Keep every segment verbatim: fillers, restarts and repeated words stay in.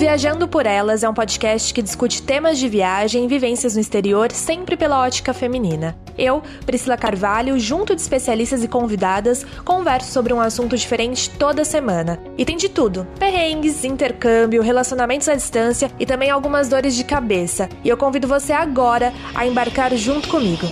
Viajando por Elas é um podcast que discute temas de viagem e vivências no exterior, sempre pela ótica feminina. Eu, Priscila Carvalho, junto de especialistas e convidadas, converso sobre um assunto diferente toda semana. E tem de tudo: perrengues, intercâmbio, relacionamentos à distância e também algumas dores de cabeça. E eu convido você agora a embarcar junto comigo.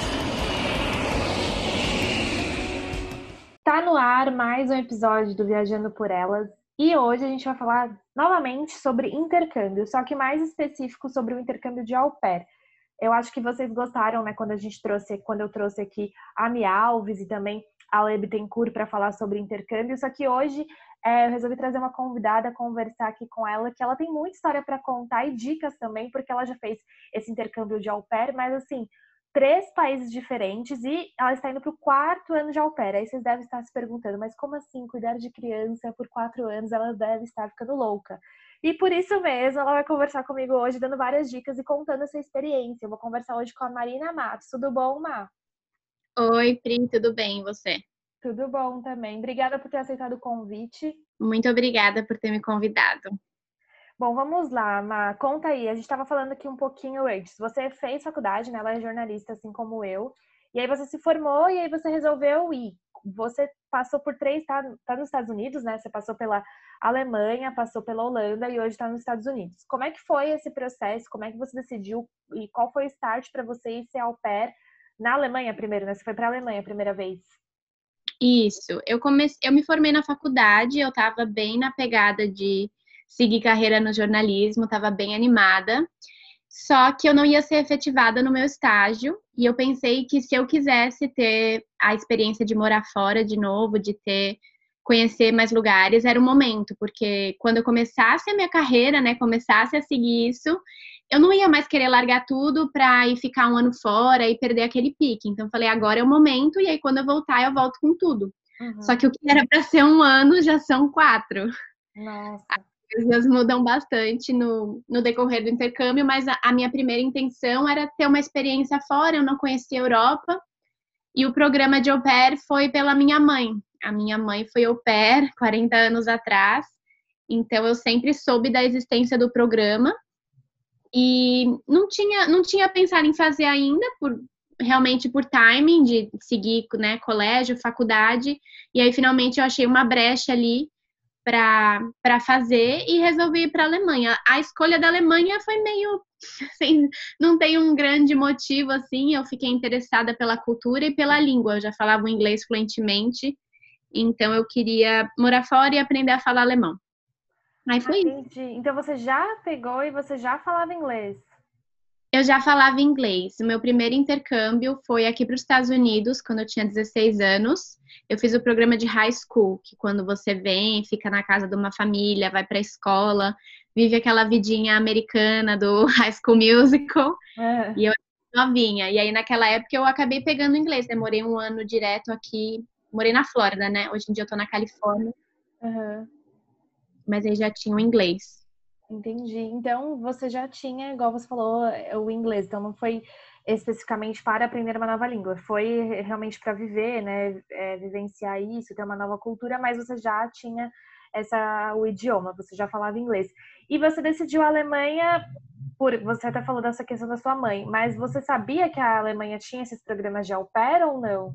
Tá no ar mais um episódio do Viajando por Elas. E hoje a gente vai falar novamente sobre intercâmbio, só que mais específico sobre o intercâmbio de au pair. Eu acho que vocês gostaram, né, quando a gente trouxe, quando eu trouxe aqui a Mi Alves e também a Lê Bittencourt para falar sobre intercâmbio, só que hoje é, eu resolvi trazer uma convidada, conversar aqui com ela, que ela tem muita história para contar e dicas também, porque ela já fez esse intercâmbio de au pair, mas assim, três países diferentes e ela está indo para o quarto ano de au pair. Aí vocês devem estar se perguntando, mas como assim cuidar de criança por quatro anos? Ela deve estar ficando louca. E por isso mesmo, ela vai conversar comigo hoje, dando várias dicas e contando essa experiência. Eu vou conversar hoje com a Marina Matos. Tudo bom, Má? Oi, Pri, tudo bem, e você? Tudo bom também. Obrigada por ter aceitado o convite. Muito obrigada por ter me convidado. Bom, vamos lá, Má. Conta aí. A gente estava falando aqui um pouquinho antes. Você fez faculdade, né? Ela é jornalista, assim como eu. E aí você se formou e aí você resolveu ir. Você passou por três... Tá, tá nos Estados Unidos, né? Você passou pela Alemanha, passou pela Holanda e hoje está nos Estados Unidos. Como é que foi esse processo? Como é que você decidiu? E qual foi o start para você ir ser au pair na Alemanha primeiro, né? Você foi para a Alemanha a primeira vez. Isso. Eu comecei, eu me formei na faculdade, eu estava bem na pegada de seguir carreira no jornalismo, estava bem animada, só que eu não ia ser efetivada no meu estágio, e eu pensei que se eu quisesse ter a experiência de morar fora de novo, de ter, conhecer mais lugares, era o momento, porque quando eu começasse a minha carreira, né, começasse a seguir isso, eu não ia mais querer largar tudo para ir ficar um ano fora e perder aquele pique. Então eu falei, agora é o momento, e aí quando eu voltar, eu volto com tudo. Uhum. Só que o que era para ser um ano, já são quatro. Nossa. As coisas mudam bastante no, no decorrer do intercâmbio, mas a, a minha primeira intenção era ter uma experiência fora, eu não conhecia a Europa, e o programa de au pair foi pela minha mãe. A minha mãe foi au pair quarenta anos atrás, então eu sempre soube da existência do programa, e não tinha, não tinha pensado em fazer ainda, por, realmente por timing, de seguir, né, colégio, faculdade, e aí finalmente eu achei uma brecha ali para fazer e resolvi ir para a Alemanha. A escolha da Alemanha foi meio, assim, não tem um grande motivo, assim, eu fiquei interessada pela cultura e pela língua, eu já falava o inglês fluentemente, então eu queria morar fora e aprender a falar alemão. Aí foi isso. Entendi. Então você já pegou e você já falava inglês? Eu já falava inglês. O meu primeiro intercâmbio foi aqui para os Estados Unidos, quando eu tinha dezesseis anos. Eu fiz o programa de high school, que quando você vem, fica na casa de uma família, vai para a escola, vive aquela vidinha americana do High School Musical. É. E eu era novinha. E aí, naquela época, eu acabei pegando inglês. Demorei um ano direto aqui. Morei na Flórida, né? Hoje em dia eu tô na Califórnia. Uhum. Mas aí já tinha o inglês. Entendi. Então, você já tinha, igual você falou, o inglês. Então, não foi especificamente para aprender uma nova língua. Foi realmente para viver, né? É, vivenciar isso, ter uma nova cultura, mas você já tinha essa, o idioma, você já falava inglês. E você decidiu a Alemanha, por, você até falou dessa questão da sua mãe, mas você sabia que a Alemanha tinha esses programas de au pair ou não?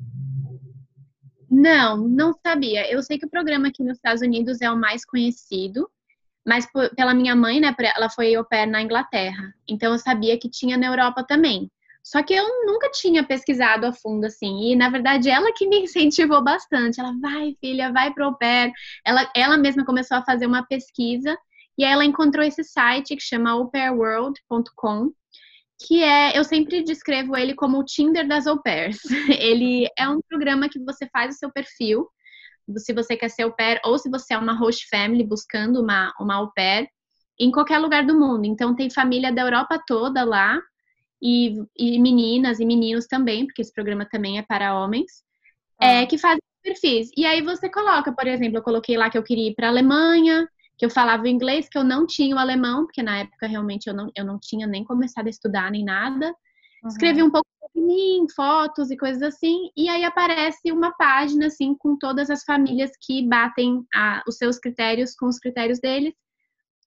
Não, não sabia. Eu sei que o programa aqui nos Estados Unidos é o mais conhecido, mas por, pela minha mãe, né, ela foi au pair na Inglaterra, então eu sabia que tinha na Europa também. Só que eu nunca tinha pesquisado a fundo, assim, e na verdade ela que me incentivou bastante. Ela, vai filha, vai pro au pair. Ela, ela mesma começou a fazer uma pesquisa, e aí ela encontrou esse site que chama au pair world ponto com, que é, eu sempre descrevo ele como o Tinder das au pairs. Ele é um programa que você faz o seu perfil, se você quer ser au pair, ou se você é uma host family buscando uma, uma au pair, em qualquer lugar do mundo. Então, tem família da Europa toda lá, e, e meninas e meninos também, porque esse programa também é para homens, ah. é, que fazem perfis. E aí você coloca, por exemplo, eu coloquei lá que eu queria ir para a Alemanha, que eu falava o inglês, que eu não tinha o alemão, porque na época realmente eu não, eu não tinha nem começado a estudar nem nada. Uhum. Escrevi um pouco de mim, fotos e coisas assim, e aí aparece uma página assim com todas as famílias que batem a, os seus critérios com os critérios deles.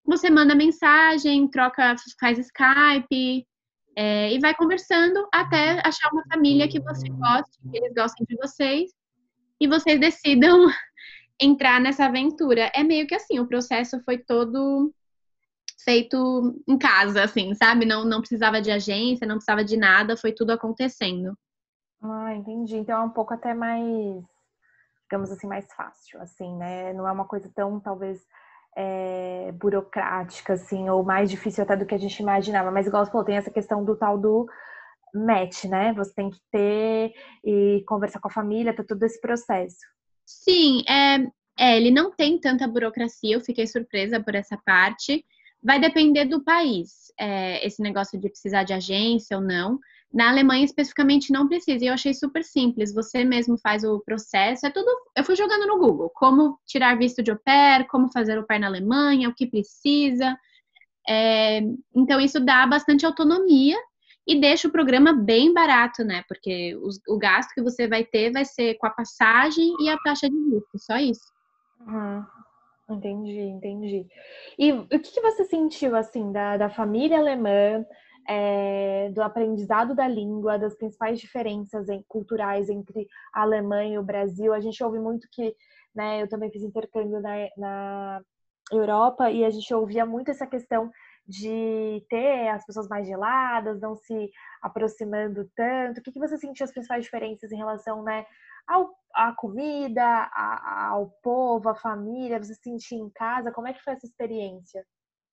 você manda mensagem, troca, faz Skype, é, e vai conversando até achar uma família que você goste, que eles gostem de vocês, e vocês decidam entrar nessa aventura. É meio que assim, o processo foi todo feito em casa, assim, sabe? Não, não precisava de agência, não precisava de nada, foi tudo acontecendo. Ah, entendi. Então é um pouco até mais, digamos assim, mais fácil, assim, né? Não é uma coisa tão, talvez, é, burocrática, assim, ou mais difícil até do que a gente imaginava. Mas igual você falou, tem essa questão do tal do match, né? Você tem que ter e conversar com a família, ter todo esse processo. Sim, é, é, ele não tem tanta burocracia, eu fiquei surpresa por essa parte. Vai depender do país, é, esse negócio de precisar de agência ou não. Na Alemanha, especificamente, não precisa. E eu achei super simples. Você mesmo faz o processo. É tudo. Eu fui jogando no Google. Como tirar visto de au pair, como fazer au pair na Alemanha, o que precisa. É, então, isso dá bastante autonomia e deixa o programa bem barato, né? Porque os, o gasto que você vai ter vai ser com a passagem e a taxa de visto. Só isso. Uhum. Entendi, entendi. E o que, que você sentiu, assim, da, da família alemã, é, do aprendizado da língua, das principais diferenças em, culturais entre a Alemanha e o Brasil? A gente ouve muito que, né, eu também fiz intercâmbio na, na Europa e a gente ouvia muito essa questão de ter as pessoas mais geladas, não se aproximando tanto. O que, que você sentiu as principais diferenças em relação, né, ao, à comida, a, ao povo, à família, você se sentir em casa? Como é que foi essa experiência?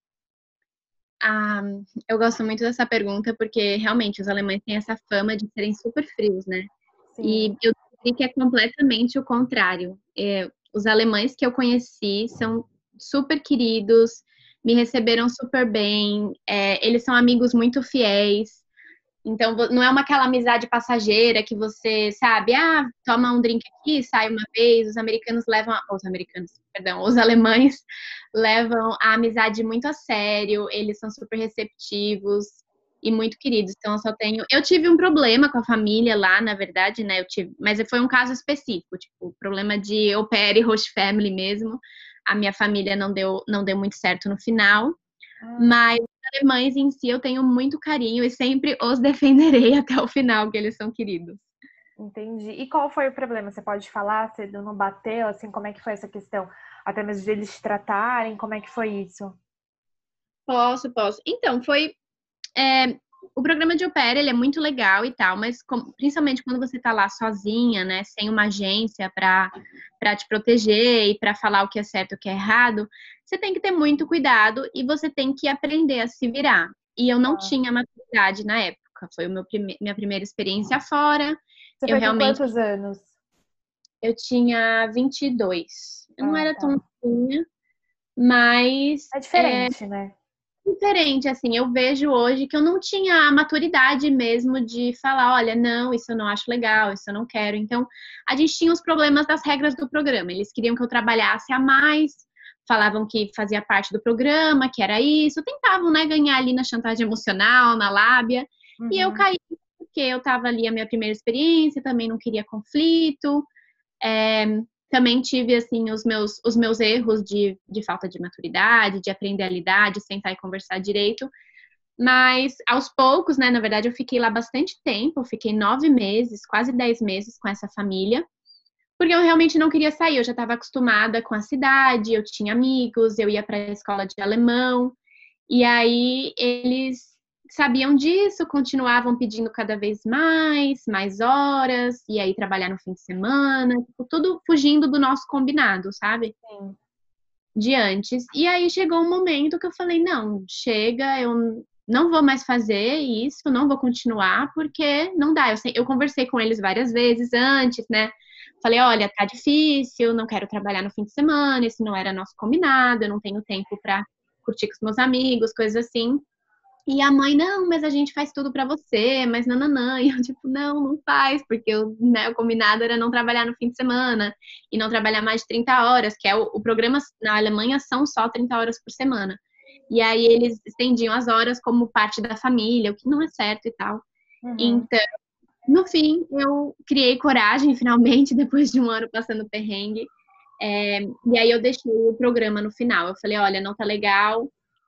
Ah, eu gosto muito dessa pergunta porque realmente os alemães têm essa fama de serem super frios, né? E Sim. eu descobri que é completamente o contrário. É, os alemães que eu conheci são super queridos, me receberam super bem, é, eles são amigos muito fiéis. Então, não é uma aquela amizade passageira que você sabe, ah, toma um drink aqui, sai uma vez. Os americanos levam, a, os americanos, perdão, os alemães levam a amizade muito a sério, eles são super receptivos e muito queridos. Então, eu só tenho. Eu tive um problema com a família lá, na verdade, né? Eu tive, mas foi um caso específico, tipo, problema de au pair e host family mesmo. A minha família não deu, não deu muito certo no final. Ah, Mas os alemães em si eu tenho muito carinho e sempre os defenderei até o final, que eles são queridos. entendi. E qual foi o problema? Você pode falar? Você não bateu? Assim, como é que foi essa questão? Até mesmo de eles te tratarem, como é que foi isso? Posso, posso. Então, foi. É, o programa de au pair, ele é muito legal e tal, mas com, principalmente quando você tá lá sozinha, né, sem uma agência para para te proteger e para falar o que é certo e o que é errado, você tem que ter muito cuidado e você tem que aprender a se virar. E eu não Ah. tinha maturidade na época, foi o meu prime minha primeira experiência fora. Você Eu foi com realmente quantos anos? eu tinha vinte e dois. Eu não Ah, era tão tá. novinha, mas É é diferente, né? diferente, assim. Eu vejo hoje que eu não tinha a maturidade mesmo de falar, olha, não, isso eu não acho legal, isso eu não quero. Então, a gente tinha os problemas das regras do programa. Eles queriam que eu trabalhasse a mais, falavam que fazia parte do programa, que era isso, tentavam, né, ganhar ali na chantagem emocional, na lábia. E eu Uhum. caí porque eu estava ali a minha primeira experiência, também não queria conflito. É, também tive, assim, os meus, os meus erros de, de falta de maturidade, de aprender a lidar, de sentar e conversar direito. Mas, aos poucos, né, na verdade, eu fiquei lá bastante tempo. Eu fiquei nove meses, quase dez meses com essa família. Porque eu realmente não queria sair. Eu já estava acostumada com a cidade, eu tinha amigos, eu ia para a escola de alemão. E aí, eles sabiam disso, continuavam pedindo cada vez mais, mais horas, e aí trabalhar no fim de semana, tipo, tudo fugindo do nosso combinado, sabe? Sim. De antes. E aí chegou um momento que eu falei, não, chega, eu não vou mais fazer isso, não vou continuar, porque não dá. Eu, sei, eu conversei com eles várias vezes antes, né? Falei, olha, tá difícil, não quero trabalhar no fim de semana, esse não era nosso combinado, eu não tenho tempo para curtir com os meus amigos, coisas assim. E a mãe, não, mas a gente faz tudo pra você, mas nananã. E eu, tipo, não, não faz, porque eu, né, o combinado era não trabalhar no fim de semana e não trabalhar mais de trinta horas, que é o, o programa na Alemanha são só trinta horas por semana. E aí eles estendiam as horas como parte da família, o que não é certo e tal. Uhum. Então, no fim, eu criei coragem, finalmente, depois de um ano passando perrengue. É, e aí eu deixei o programa no final. Eu falei, olha, não tá legal,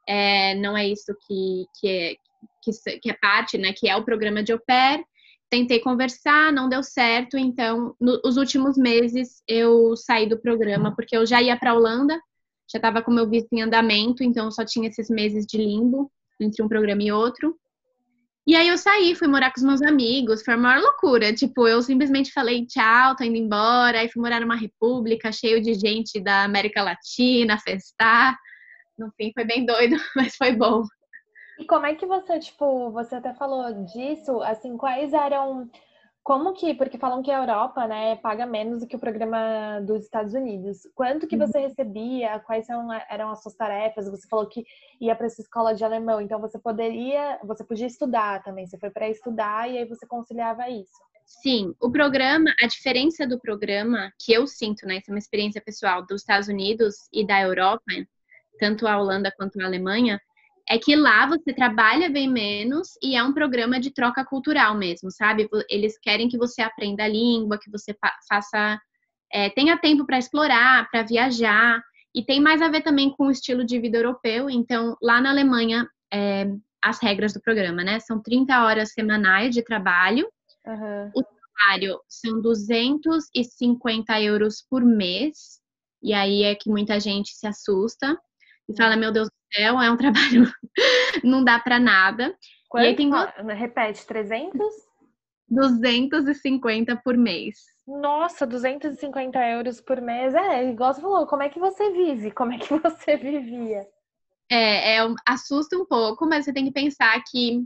é, não é isso que, que, é, que, que é parte, né, que é o programa de au pair. Tentei conversar, não deu certo, então, nos últimos meses eu saí do programa, porque eu já ia para a Holanda, já estava com meu visto em andamento, então só tinha esses meses de limbo entre um programa e outro. E aí eu saí, fui morar com os meus amigos, foi a maior loucura. Tipo, eu simplesmente falei tchau, tô indo embora, aí fui morar numa república cheio de gente da América Latina, festar. No fim foi bem doido, mas foi bom. E como é que você, tipo, você até falou disso, assim, quais eram, como que, porque falam que a Europa, né, paga menos do que o programa dos Estados Unidos. Quanto que você recebia? Quais são, eram as suas tarefas? Você falou que ia para essa escola de alemão, então você poderia, você podia estudar também, você foi para estudar e aí você conciliava isso. Sim, o programa, a diferença do programa que eu sinto, né, essa é uma experiência pessoal dos Estados Unidos e da Europa, tanto a Holanda quanto a Alemanha, é que lá você trabalha bem menos e é um programa de troca cultural mesmo, sabe? Eles querem que você aprenda a língua, que você faça, é, tenha tempo para explorar, para viajar, e tem mais a ver também com o estilo de vida europeu. Então, lá na Alemanha, é, as regras do programa, né? São trinta horas semanais de trabalho. Uhum. O salário são duzentos e cinquenta euros por mês, e aí é que muita gente se assusta e fala, meu Deus do céu, é um trabalho, não dá pra nada. Quanto? E aí tem Repete, trezentos? duzentos e cinquenta por mês. Nossa, duzentos e cinquenta euros por mês. É, igual você falou, como é que você vive? Como é que você vivia? É, é assusta um pouco, mas você tem que pensar que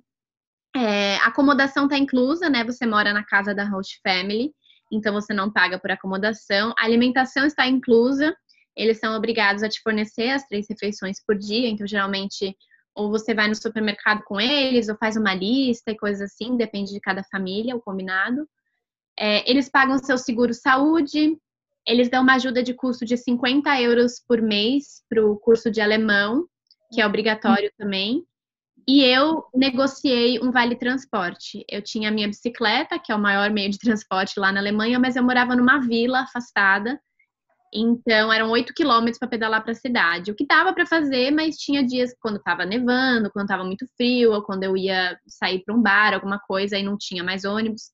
é, a acomodação tá inclusa, né? Você mora na casa da host family, então você não paga por acomodação. A alimentação está inclusa. Eles são obrigados a te fornecer as três refeições por dia, então geralmente ou você vai no supermercado com eles, ou faz uma lista e coisas assim, depende de cada família, o combinado. É, eles pagam seu seguro saúde, eles dão uma ajuda de custo de cinquenta euros por mês para o curso de alemão, que é obrigatório também. E eu negociei um vale transporte. Eu tinha a minha bicicleta, que é o maior meio de transporte lá na Alemanha, mas eu morava numa vila afastada. Então, eram oito quilômetros para pedalar para a cidade. O que dava para fazer, mas tinha dias quando estava nevando, quando estava muito frio, ou quando eu ia sair para um bar, alguma coisa, e não tinha mais ônibus.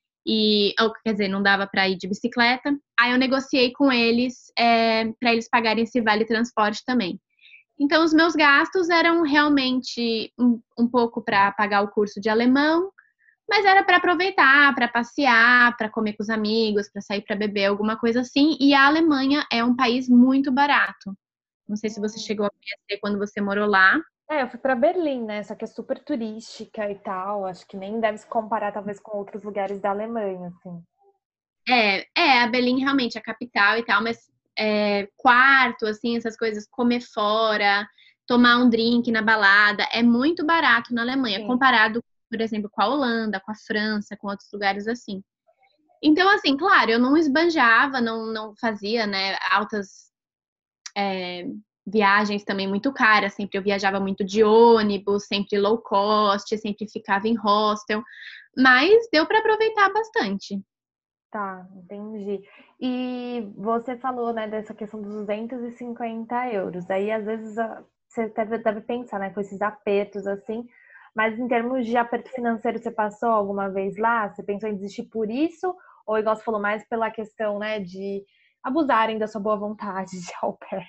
E, ou, quer dizer, não dava para ir de bicicleta. Aí eu negociei com eles é, para eles pagarem esse vale transporte também. Então, os meus gastos eram realmente um, um pouco para pagar o curso de alemão, mas era para aproveitar, para passear, para comer com os amigos, para sair para beber, alguma coisa assim. E a Alemanha é um país muito barato. Não sei se você chegou a conhecer quando você morou lá. É, eu fui para Berlim, né? Só que é super turística e tal. Acho que nem deve se comparar, talvez, com outros lugares da Alemanha, assim. É, é, a Berlim realmente é a capital e tal, mas é, quarto, assim, essas coisas, comer fora, tomar um drink na balada, é muito barato na Alemanha, Sim. comparado, por exemplo, com a Holanda, com a França, com outros lugares assim. Então, assim, claro, eu não esbanjava, não, não fazia, né, altas é, viagens também muito caras, sempre eu viajava muito de ônibus, sempre low cost, sempre ficava em hostel, mas deu para aproveitar bastante. Tá, entendi. E você falou, né, dessa questão dos duzentos e cinquenta euros. Aí, às vezes, você deve, deve pensar, né, com esses apertos, assim, mas em termos de aperto financeiro, você passou alguma vez lá? Você pensou em desistir por isso? Ou, igual você falou, mais pela questão, né, de abusarem da sua boa vontade de au pair?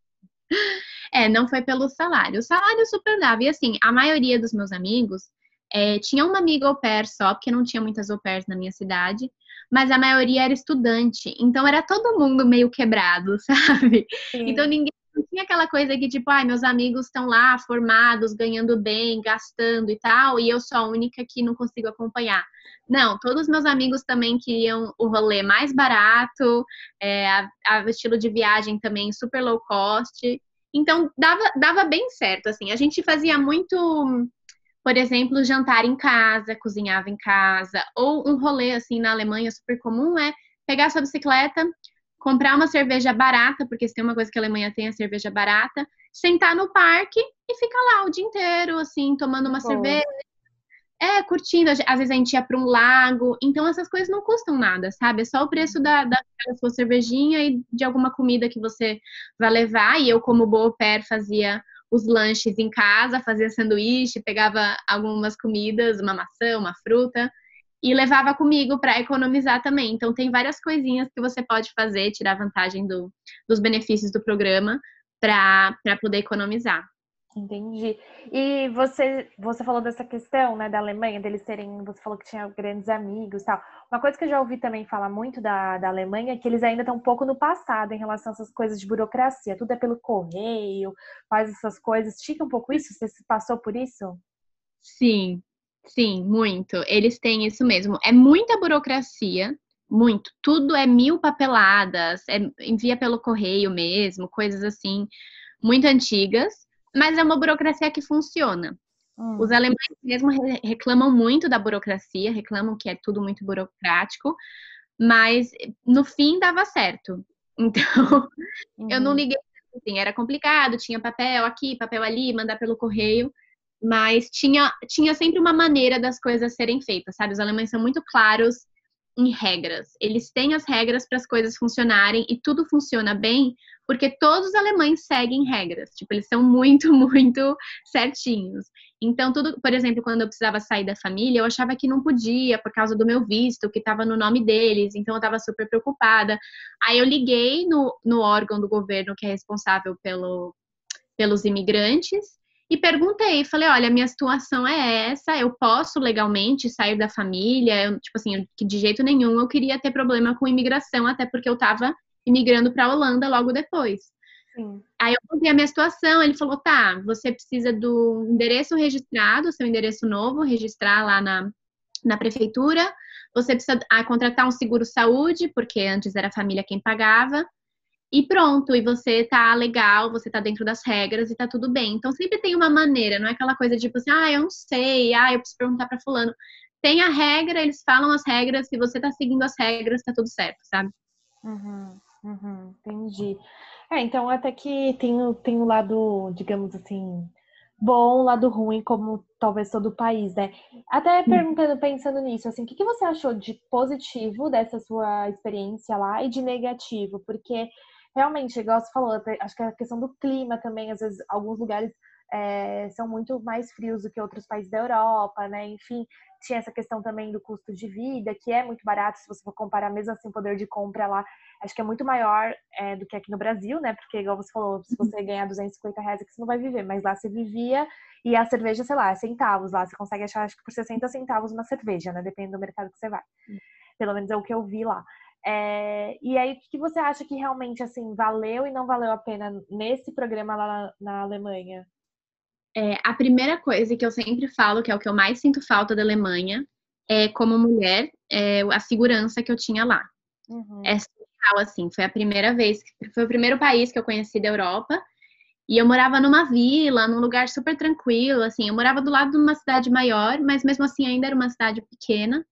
É, não foi pelo salário. O salário super dava. E assim, a maioria dos meus amigos é, tinha uma amiga au pair só, porque não tinha muitas au pairs na minha cidade, mas a maioria era estudante. Então era todo mundo meio quebrado, sabe? Sim. Então ninguém não tinha aquela coisa que, tipo, ai, meus amigos estão lá formados, ganhando bem, gastando e tal, e eu sou a única que não consigo acompanhar. Não, todos meus amigos também queriam o rolê mais barato, é, a, a estilo de viagem também super low cost. Então, dava, dava bem certo, assim. A gente fazia muito, por exemplo, jantar em casa, cozinhava em casa, ou um rolê, assim, na Alemanha super comum é pegar sua bicicleta, comprar uma cerveja barata, porque se tem uma coisa que a Alemanha tem, é cerveja barata, sentar no parque e ficar lá o dia inteiro, assim, tomando uma Boa. cerveja, é, curtindo. Às vezes a gente ia para um lago. Então, essas coisas não custam nada, sabe? É só o preço da, da sua cervejinha e de alguma comida que você vai levar. E eu, como boa au pair, fazia os lanches em casa, fazia sanduíche, pegava algumas comidas, uma maçã, uma fruta, e levava comigo para economizar também. Então, tem várias coisinhas que você pode fazer, tirar vantagem do, dos benefícios do programa para poder economizar. Entendi. E você, você falou dessa questão, né, da Alemanha, deles terem, você falou que tinha grandes amigos e tal. Uma coisa que eu já ouvi também falar muito da, da Alemanha é que eles ainda estão um pouco no passado em relação a essas coisas de burocracia. Tudo é pelo correio, faz essas coisas. Estica um pouco isso? Você se passou por isso? Sim, sim, muito. Eles têm isso mesmo. É muita burocracia, muito. Tudo é mil papeladas, é, envia pelo correio mesmo, coisas assim, muito antigas, mas é uma burocracia que funciona. Hum. Os alemães mesmo reclamam muito da burocracia, reclamam que é tudo muito burocrático, mas no fim dava certo. Então, Uhum. eu não liguei, assim, era complicado, tinha papel aqui, papel ali, mandar pelo correio, mas tinha, tinha sempre uma maneira das coisas serem feitas, sabe? Os alemães são muito claros em regras. Eles têm as regras para as coisas funcionarem e tudo funciona bem porque todos os alemães seguem regras. Tipo, eles são muito, muito certinhos. Então, tudo, por exemplo, quando eu precisava sair da família, eu achava que não podia por causa do meu visto, que estava no nome deles. Então, eu estava super preocupada. Aí, eu liguei no, no órgão do governo que é responsável pelo, pelos imigrantes e perguntei, falei, olha, minha situação é essa, eu posso legalmente sair da família, eu, tipo assim, que de jeito nenhum eu queria ter problema com imigração, até porque eu tava imigrando para a Holanda logo depois. Sim. Aí eu contei a minha situação, ele falou, tá, você precisa do endereço registrado, seu endereço novo, registrar lá na, na prefeitura, você precisa ah, contratar um seguro-saúde, porque antes era a família quem pagava, e pronto, e você tá legal, você tá dentro das regras e tá tudo bem. Então sempre tem uma maneira, não é aquela coisa tipo assim, ah, eu não sei, ah, eu preciso perguntar pra fulano. Tem a regra, eles falam as regras, se você tá seguindo as regras, tá tudo certo, sabe? Uhum, uhum, entendi. É, então até que tem, o- tem o lado, digamos assim, bom, o lado ruim, como talvez todo o país, né? Até perguntando, pensando nisso, assim, o que que você achou de positivo dessa sua experiência lá e de negativo? Porque realmente, igual você falou, até- acho que a questão do clima também, às vezes, alguns lugares é, são muito mais frios do que outros países da Europa, né? Enfim, tinha essa questão também do custo de vida, que é muito barato, se você for comparar mesmo assim, o poder de compra lá acho que é muito maior é, do que aqui no Brasil, né? Porque, igual você falou, se você ganhar duzentos e cinquenta reais aqui, você não vai viver. Mas lá você vivia e a cerveja, sei lá, é centavos lá. Você consegue achar, acho que por sessenta centavos uma cerveja, né? Depende do mercado que você vai. Pelo menos é o que eu vi lá. É, e aí, o que você acha que realmente, assim, valeu e não valeu a pena nesse programa lá na, na Alemanha? É, a primeira coisa que eu sempre falo, que é o que eu mais sinto falta da Alemanha, é como mulher, é a segurança que eu tinha lá. Uhum. É surreal, assim, foi a primeira vez, foi o primeiro país que eu conheci da Europa, e eu morava numa vila, num lugar super tranquilo, assim, eu morava do lado de uma cidade maior, mas mesmo assim ainda era uma cidade pequena,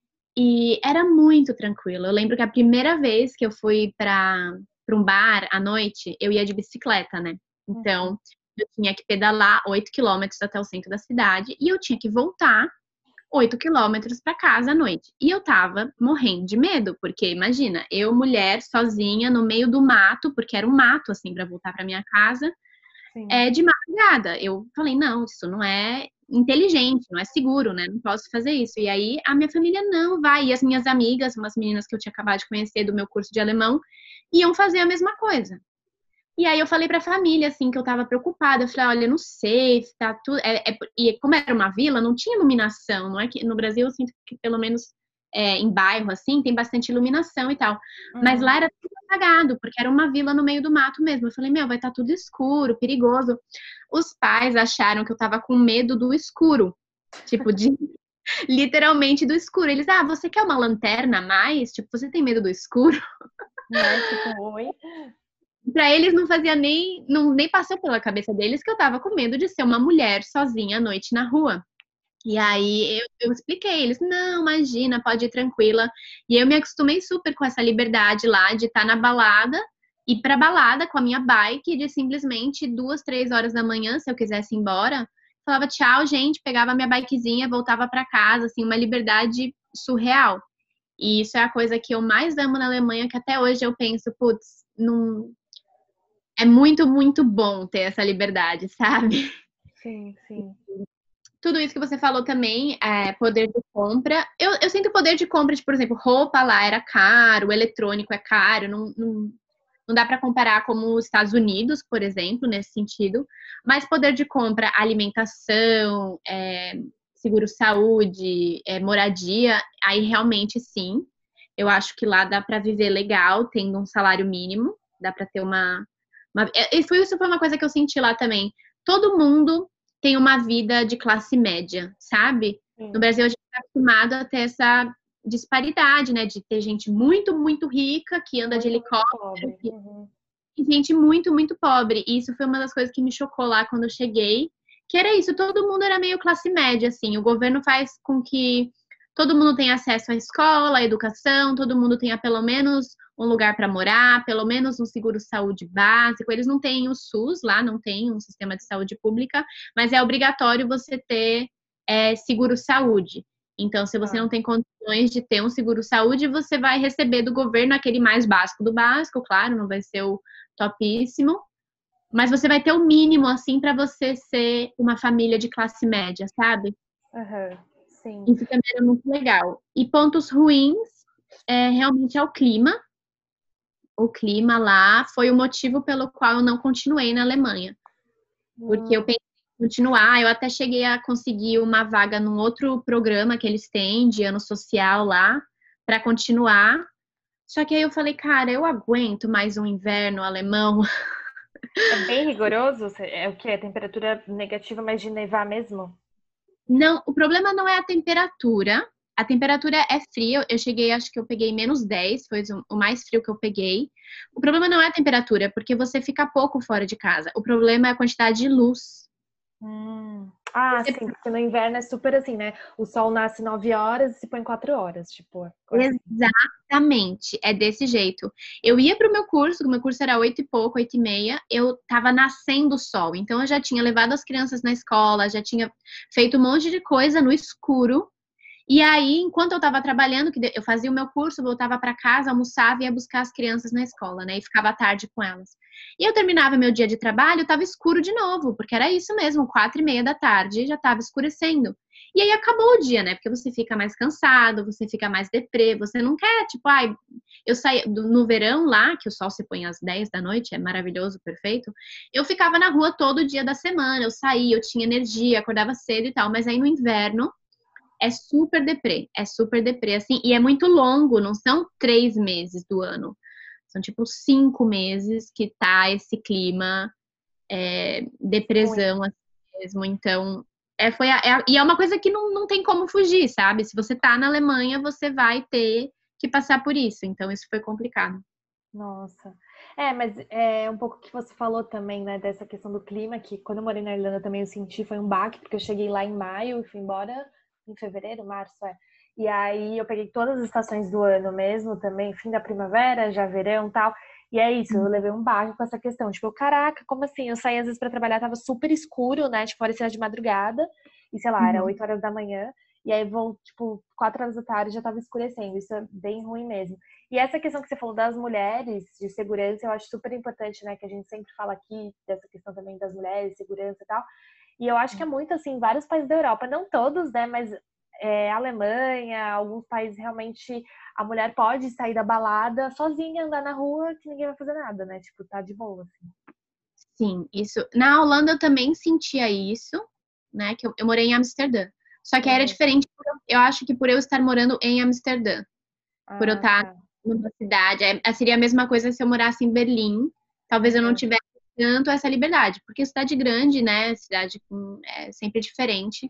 e era muito tranquilo. Eu lembro que a primeira vez que eu fui para para um bar à noite, eu ia de bicicleta, né? Então, eu tinha que pedalar oito quilômetros até o centro da cidade e eu tinha que voltar oito quilômetros para casa à noite. E eu tava morrendo de medo, porque imagina, eu, mulher, sozinha, no meio do mato, porque era um mato, assim, para voltar para minha casa, Sim. é, de madrugada. Eu falei, não, isso não é inteligente, não é seguro, né? Não posso fazer isso. E aí a minha família não vai. E as minhas amigas, umas meninas que eu tinha acabado de conhecer do meu curso de alemão, iam fazer a mesma coisa. E aí eu falei pra família, assim, que eu tava preocupada. Eu falei, olha, eu não sei, tá tudo. É, é... E como era uma vila, não tinha iluminação. Não é que no Brasil eu sinto que pelo menos é, em bairro, assim, tem bastante iluminação e tal. Mas Uhum. lá era tudo apagado, porque era uma vila no meio do mato mesmo. Eu falei, meu, vai estar tudo escuro, perigoso. Os pais acharam que eu tava com medo do escuro. Tipo, de literalmente do escuro. Eles, ah, você quer uma lanterna a mais? Tipo, você tem medo do escuro? Né? Tipo, oi? Pra eles não fazia nem, não, nem passou pela cabeça deles que eu tava com medo de ser uma mulher sozinha à noite na rua. E aí eu, eu expliquei, eles, não, imagina, pode ir tranquila. E eu me acostumei super com essa liberdade lá de estar na balada, ir pra balada com a minha bike, de simplesmente duas, três horas da manhã, se eu quisesse ir embora, falava tchau, gente, pegava minha bikezinha, voltava pra casa, assim, uma liberdade surreal. E isso é a coisa que eu mais amo na Alemanha, que até hoje eu penso, putz, não, é muito, muito bom ter essa liberdade, sabe? Sim, sim. Tudo isso que você falou também, é, poder de compra. Eu, eu sinto poder de compra de, por exemplo, roupa lá era caro, o eletrônico é caro, não, não, não dá para comparar como os Estados Unidos, por exemplo, nesse sentido. Mas poder de compra, alimentação, é, seguro-saúde, é, moradia, aí realmente sim. Eu acho que lá dá para viver legal, tendo um salário mínimo, dá para ter uma, uma. E foi, isso foi uma coisa que eu senti lá também. Todo mundo tem uma vida de classe média, sabe? No Sim. Brasil, a gente está acostumado a ter essa disparidade, né? De ter gente muito, muito rica que anda de Muito, muito helicóptero, pobre. que- Uhum. e gente muito, muito pobre. E isso foi uma das coisas que me chocou lá quando eu cheguei, que era isso, todo mundo era meio classe média, assim. O governo faz com que todo mundo tenha acesso à escola, à educação, todo mundo tenha pelo menos um lugar para morar, pelo menos um seguro-saúde básico. Eles não têm o SUS lá, não tem um sistema de saúde pública, mas é obrigatório você ter é, seguro-saúde. Então, se você Tá. não tem condições de ter um seguro-saúde, você vai receber do governo aquele mais básico do básico, claro, não vai ser o topíssimo, mas você vai ter o mínimo, assim, para você ser uma família de classe média, sabe? Aham. Sim. Isso também era muito legal. E pontos ruins, é, realmente é o clima. O clima lá foi o motivo pelo qual eu não continuei na Alemanha. Porque eu Hum. pensei em continuar, eu até cheguei a conseguir uma vaga num outro programa que eles têm de ano social lá, para continuar. Só que aí eu falei, cara, eu aguento mais um inverno alemão. É bem rigoroso? É o quê? É temperatura negativa, mas de nevar mesmo? Não, o problema não é a temperatura. A temperatura é fria. Eu cheguei, acho que eu peguei menos dez, foi o mais frio que eu peguei. O problema não é a temperatura, porque você fica pouco fora de casa. O problema é a quantidade de luz. Hum. Ah, Você sim, porque no inverno é super assim, né? O sol nasce nove horas e se põe quatro horas, tipo, é quase assim. Exatamente, é desse jeito. Eu ia para o meu curso, o meu curso era oito e pouco, oito e meia, eu tava nascendo o sol, então eu já tinha levado as crianças na escola, já tinha feito um monte de coisa no escuro. E aí, enquanto eu estava trabalhando, que eu fazia o meu curso, voltava para casa, almoçava e ia buscar as crianças na escola, né? E ficava à tarde com elas. E eu terminava meu dia de trabalho, estava escuro de novo, porque era isso mesmo, quatro e meia da tarde, já estava escurecendo. E aí acabou o dia, né? Porque você fica mais cansado, você fica mais deprê, você não quer, tipo, ai, eu saí no verão lá, que o sol se põe às dez da noite, é maravilhoso, perfeito. Eu ficava na rua todo dia da semana, eu saía, eu tinha energia, acordava cedo e tal, mas aí no inverno é super deprê, é super deprê, assim, e é muito longo, não são três meses do ano, são tipo cinco meses que tá esse clima é, Ruim. depressão assim mesmo, então é, foi a, é a, e é uma coisa que não, não tem como fugir, sabe? Se você tá na Alemanha, você vai ter que passar por isso, então isso foi complicado. Nossa. É, mas é um pouco que você falou também, né, dessa questão do clima, que quando eu morei na Irlanda também eu senti, foi um baque, porque eu cheguei lá em maio e fui embora em fevereiro, março, é. E aí eu peguei todas as estações do ano mesmo também, fim da primavera, já verão e tal. E é isso, eu levei um baque com essa questão. Tipo, caraca, como assim? Eu saí às vezes pra trabalhar, tava super escuro, né? Tipo, parecia de madrugada. E sei lá, era Uhum. oito horas da manhã. E aí vou, tipo, quatro horas da tarde já tava escurecendo. Isso é bem ruim mesmo. E essa questão que você falou das mulheres, de segurança, eu acho super importante, né? Que a gente sempre fala aqui, dessa questão também das mulheres, segurança e tal. E eu acho que é muito assim, vários países da Europa, não todos, né? Mas é, Alemanha, alguns países realmente a mulher pode sair da balada sozinha, andar na rua, que ninguém vai fazer nada, né? Tipo, tá de boa, assim. Sim, isso. Na Holanda eu também sentia isso, né? Que eu, eu morei em Amsterdã. Só que aí era Uhum. diferente, por eu eu acho que por eu estar morando em Amsterdã. Por eu Ah, estar tá. numa cidade. É, seria a mesma coisa se eu morasse em Berlim. Talvez eu não Uhum. tivesse tanto essa liberdade, porque cidade grande, né? Cidade com, é sempre diferente.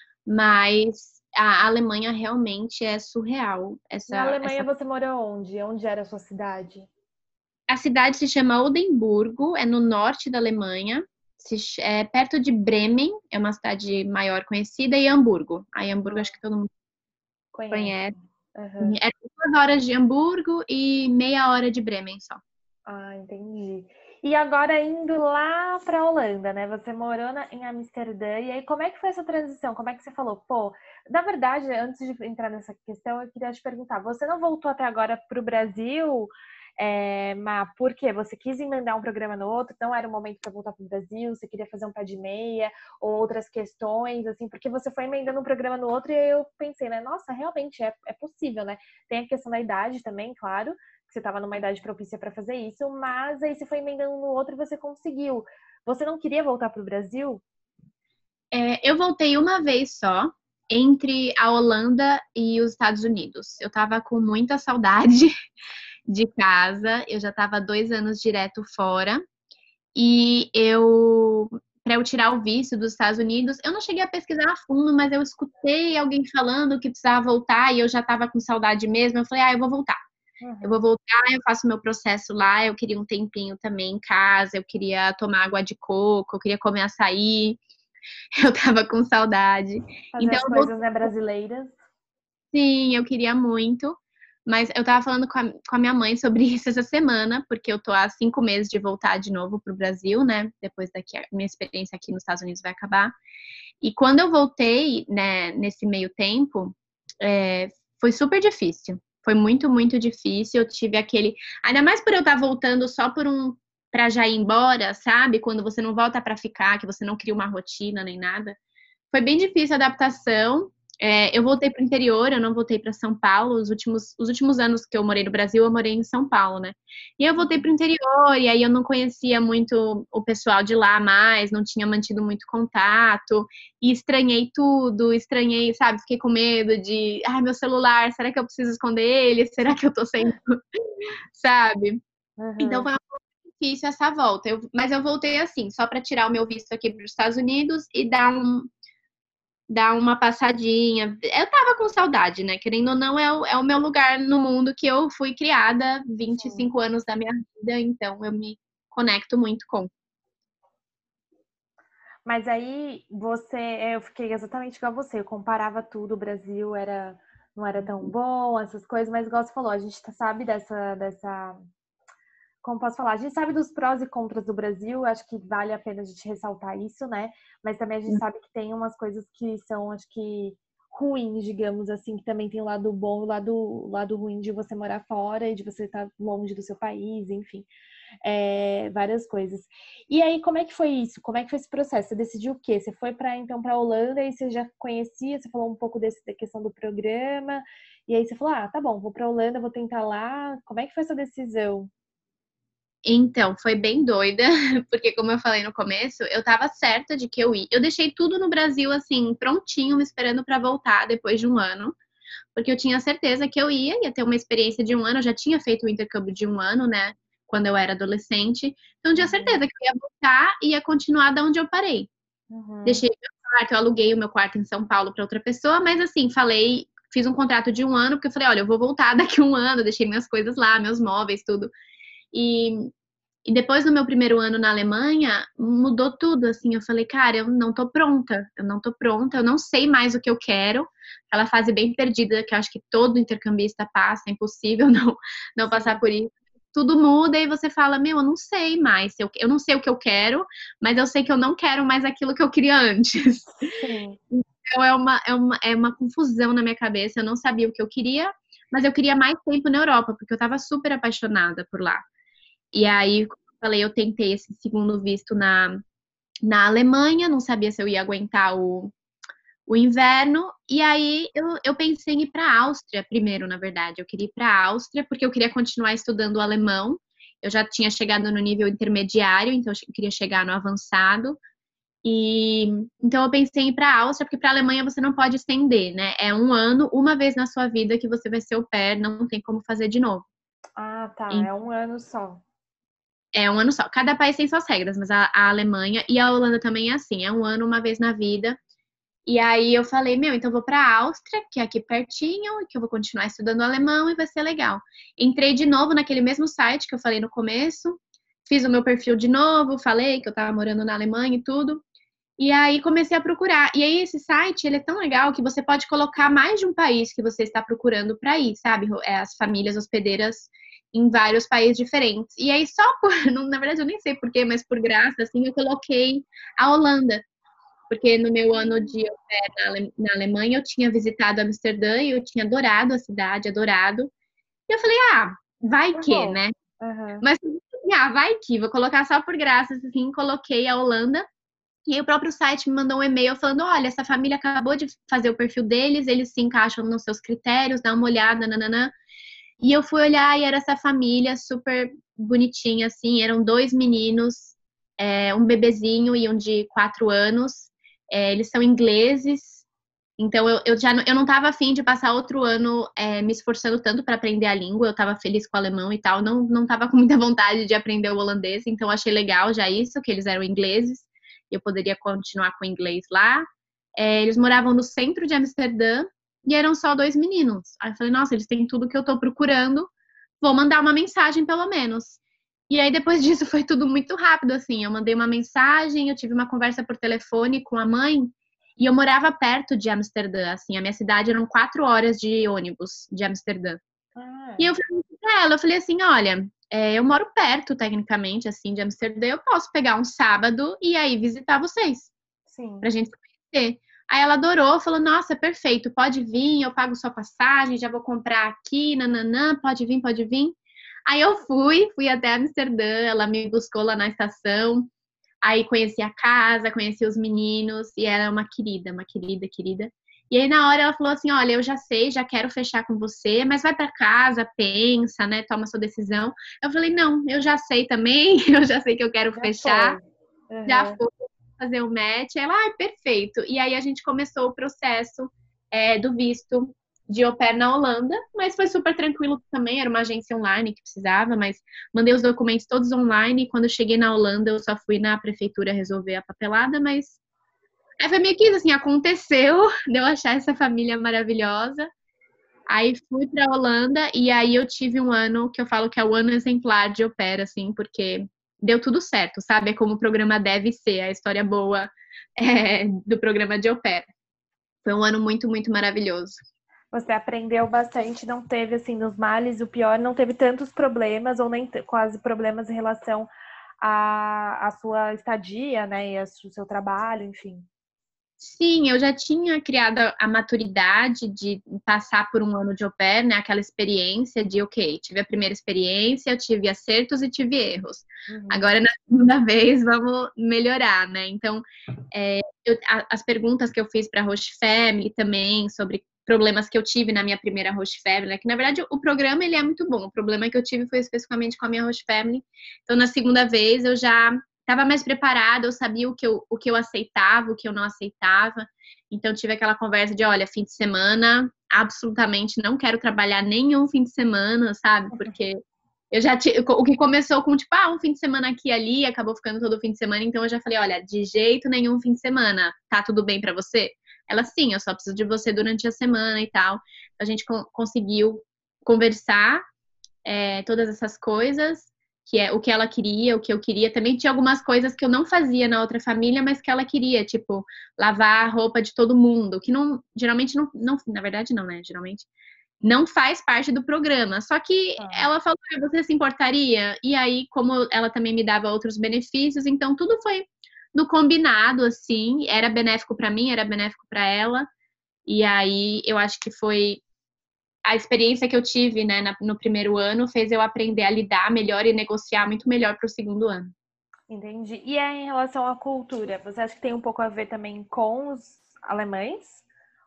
Mas a Alemanha realmente é surreal. Na Essa, Alemanha essa... você morou onde? Onde era a sua cidade? A cidade se chama Oldenburgo, é no norte da Alemanha. Se ch- É perto de Bremen, é uma cidade maior conhecida, e Hamburgo. Aí Hamburgo acho Ah, que todo mundo conheço. conhece. Uhum. É duas horas de Hamburgo e meia hora de Bremen só. Ah, entendi. E agora indo lá para a Holanda, né? Você morou na- em Amsterdã, e aí como é que foi essa transição? Como é que você falou? Pô, na verdade, antes de entrar nessa questão, eu queria te perguntar: você não voltou até agora para o Brasil É, mas por quê? Você quis emendar um programa no outro, então era o momento para voltar para o Brasil, você queria fazer um pé de meia, ou outras questões, assim, porque você foi emendando um programa no outro e aí eu pensei, né, nossa, realmente é, é possível, né? Tem a questão da idade também, claro, que você estava numa idade propícia para fazer isso, mas aí você foi emendando no outro e você conseguiu. Você não queria voltar para o Brasil? É, eu voltei uma vez só, entre a Holanda e os Estados Unidos. Eu tava com muita saudade de casa, eu já tava dois anos direto fora, e eu, para eu tirar o visto dos Estados Unidos, eu não cheguei a pesquisar a fundo, mas eu escutei alguém falando que precisava voltar, e eu já tava com saudade mesmo, eu falei, ah, eu vou voltar. Eu vou Uhum. voltar, eu faço meu processo lá, eu queria um tempinho também em casa, eu queria tomar água de coco, eu queria comer açaí, eu tava com saudade. Fazer Então, as eu voltei, coisas, né, brasileiras. sim, eu queria muito. Mas eu tava falando com a, com a minha mãe sobre isso essa semana, porque eu tô há cinco meses de voltar de novo pro Brasil, né? Depois daqui, a minha experiência aqui nos Estados Unidos vai acabar. E quando eu voltei, né, nesse meio tempo, é, foi super difícil. Foi muito, muito difícil. Eu tive aquele. Ainda mais por eu estar voltando só por um. Pra já ir embora, sabe? Quando você não volta pra ficar, que você não cria uma rotina nem nada. Foi bem difícil a adaptação. É, eu voltei para o interior, eu não voltei para São Paulo. Os últimos, os últimos anos que eu morei no Brasil, eu morei em São Paulo, né? E eu voltei para o interior, e aí eu não conhecia muito o pessoal de lá mais, não tinha mantido muito contato, e estranhei tudo, estranhei, sabe? Fiquei com medo de, ai, meu celular, será que eu preciso esconder ele? Será que eu tô sendo, sabe? Então Uhum. foi um pouco difícil essa volta. Eu, mas eu voltei assim, só para tirar o meu visto aqui para os Estados Unidos e dar um dar uma passadinha. Eu tava com saudade, né? Querendo ou não, é o, é o meu lugar no mundo que eu fui criada vinte e Sim. cinco anos da minha vida, então eu me conecto muito com. Mas aí você, eu fiquei exatamente igual a você, eu comparava tudo, o Brasil era não era tão bom, essas coisas, mas igual você falou, a gente sabe dessa dessa como posso falar, a gente sabe dos prós e contras do Brasil, acho que vale a pena a gente ressaltar isso, né? Mas também a gente sabe que tem umas coisas que são, acho que ruins, digamos assim, que também tem o lado bom e o lado, o lado ruim de você morar fora e de você estar longe do seu país, enfim, é, várias coisas. E aí, como é que foi isso? Como é que foi esse processo? Você decidiu o quê? Você foi para então para a Holanda e você já conhecia? Você falou um pouco desse, da questão do programa e aí você falou, ah, tá bom, vou para a Holanda, vou tentar lá. Como é que foi essa decisão? Então, foi bem doida, porque como eu falei no começo, eu tava certa de que eu ia. Eu deixei tudo no Brasil assim, prontinho, me esperando para voltar depois de um ano, porque eu tinha certeza que eu ia, ia ter uma experiência de um ano, eu já tinha feito o intercâmbio de um ano, né, quando eu era adolescente. Então, eu tinha Uhum, certeza que eu ia voltar e ia continuar da onde eu parei. uhum, Deixei meu quarto, eu aluguei o meu quarto em São Paulo para outra pessoa, mas assim, falei, fiz um contrato de um ano, porque eu falei, olha, eu vou voltar daqui a um ano, deixei minhas coisas lá, meus móveis, tudo. E, e depois do meu primeiro ano na Alemanha, mudou tudo, assim, eu falei, cara, eu não tô pronta, eu não tô pronta, eu não sei mais o que eu quero. Aquela fase bem perdida que eu acho que todo intercambista passa, é impossível não, não passar sim, por isso. Tudo muda e você fala, meu, eu não sei mais, eu, eu não sei o que eu quero, mas eu sei que eu não quero mais aquilo que eu queria antes. sim. Então é uma, é uma, é uma confusão na minha cabeça, eu não sabia o que eu queria, mas eu queria mais tempo na Europa, porque eu tava super apaixonada por lá. E aí, como eu falei, eu tentei esse segundo visto na, na Alemanha, não sabia se eu ia aguentar o, o inverno, e aí eu, eu pensei em ir para a Áustria primeiro, na verdade. Eu queria ir para a Áustria, porque eu queria continuar estudando alemão. Eu já tinha chegado no nível intermediário, então eu queria chegar no avançado. E então eu pensei em ir para a Áustria, porque para a Alemanha você não pode estender, né? É um ano, uma vez na sua vida que você vai ser au pair, não tem como fazer de novo. Ah, tá. É um ano só. É um ano só. Cada país tem suas regras, mas a, a Alemanha e a Holanda também é assim, é um ano uma vez na vida. E aí eu falei, meu, então eu vou para a Áustria, que é aqui pertinho, e que eu vou continuar estudando alemão e vai ser legal. Entrei de novo naquele mesmo site que eu falei no começo, fiz o meu perfil de novo, falei que eu estava morando na Alemanha e tudo. E aí comecei a procurar. E aí esse site, ele é tão legal que você pode colocar mais de um país que você está procurando para ir, sabe? É, as famílias hospedeiras em vários países diferentes. E aí só por, na verdade eu nem sei porquê, mas por graça, assim, eu coloquei a Holanda. Porque no meu ano de au pair na, Ale- na Alemanha eu tinha visitado Amsterdã e eu tinha adorado a cidade, adorado. E eu falei, ah, vai Eu que, vou. né? Uhum. Mas, ah, vai que, vou colocar só por graça, assim, coloquei a Holanda. E aí o próprio site me mandou um e-mail falando, olha, essa família acabou de fazer o perfil deles, eles se encaixam nos seus critérios, dá uma olhada, nananã. E eu fui olhar e era essa família super bonitinha, assim, eram dois meninos, é, um bebezinho e um de quatro anos. É, eles são ingleses, então eu, eu já não, eu não estava afim de passar outro ano é, me esforçando tanto para aprender a língua, eu estava feliz com o alemão e tal, não, não estava com muita vontade de aprender o holandês, então achei legal já isso, que eles eram ingleses, eu poderia continuar com o inglês lá. É, eles moravam no centro de Amsterdã e eram só dois meninos. Aí eu falei, nossa, eles têm tudo que eu estou procurando, vou mandar uma mensagem pelo menos. E aí depois disso foi tudo muito rápido, assim, eu mandei uma mensagem, eu tive uma conversa por telefone com a mãe, e eu morava perto de Amsterdã, assim, a minha cidade eram quatro horas de ônibus de Amsterdã. Ah, E eu falei pra ela, eu falei assim, olha, é, eu moro perto, tecnicamente, assim, de Amsterdã, eu posso pegar um sábado e aí visitar vocês, sim. pra gente se conhecer. Aí ela adorou, falou, nossa, perfeito, pode vir, eu pago sua passagem, já vou comprar aqui, nananã, pode vir, pode vir. Aí eu fui, fui até Amsterdã, ela me buscou lá na estação, aí conheci a casa, conheci os meninos, e ela é uma querida, uma querida, querida. E aí na hora ela falou assim, olha, eu já sei, já quero fechar com você, mas vai para casa, pensa, né, toma sua decisão. Eu falei, não, eu já sei também, eu já sei que eu quero Já fechar, foi. já Uhum. fui fazer o match. Ela, ah, perfeito. E aí a gente começou o processo é, do visto de au pair na Holanda, mas foi super tranquilo também, era uma agência online que precisava, mas mandei os documentos todos online, e quando eu cheguei na Holanda eu só fui na prefeitura resolver a papelada, mas aí foi meio que isso, assim, aconteceu de eu achar essa família maravilhosa, aí fui pra Holanda e aí eu tive um ano que eu falo que é o ano exemplar de au pair, assim, porque deu tudo certo, sabe? É como o programa deve ser, a história boa é, do programa de au pair. Foi um ano muito, muito maravilhoso. Você aprendeu bastante, não teve, assim, nos males, o pior, não teve tantos problemas, ou nem quase problemas em relação à, à sua estadia, né, e ao seu trabalho, enfim. Sim, eu já tinha criado a maturidade de passar por um ano de au pair, né? Aquela experiência de, ok, tive a primeira experiência, eu tive acertos e tive erros. Uhum. Agora, na segunda vez, vamos melhorar, né? Então, é, eu, a, as perguntas que eu fiz para a Host Family também, sobre problemas que eu tive na minha primeira Host Family, né? Que, na verdade, o programa, ele é muito bom. O problema que eu tive foi especificamente com a minha Host Family. Então, na segunda vez, eu já estava mais preparada, eu sabia o que eu, o que eu aceitava, o que eu não aceitava. Então, tive aquela conversa de, olha, fim de semana, absolutamente não quero trabalhar nenhum fim de semana, sabe? Porque eu já tinha, o que começou com, tipo, ah, um fim de semana aqui e ali, acabou ficando todo fim de semana, então eu já falei, olha, de jeito nenhum fim de semana, tá tudo bem para você? Ela, sim, eu só preciso de você durante a semana e tal. A gente co- conseguiu conversar é, todas essas coisas, que é o que ela queria, o que eu queria. Também tinha algumas coisas que eu não fazia na outra família, mas que ela queria, tipo, lavar a roupa de todo mundo, que não, geralmente não, não, na verdade não, né? Geralmente não faz parte do programa. Só que Tá. ela falou, "Ah, você se importaria?" E aí, como ela também me dava outros benefícios, então tudo foi no combinado, assim, era benéfico para mim, era benéfico para ela. E aí eu acho que foi a experiência que eu tive, né, no primeiro ano fez eu aprender a lidar melhor e negociar muito melhor para o segundo ano. Entendi. E é em relação à cultura, você acha que tem um pouco a ver também com os alemães?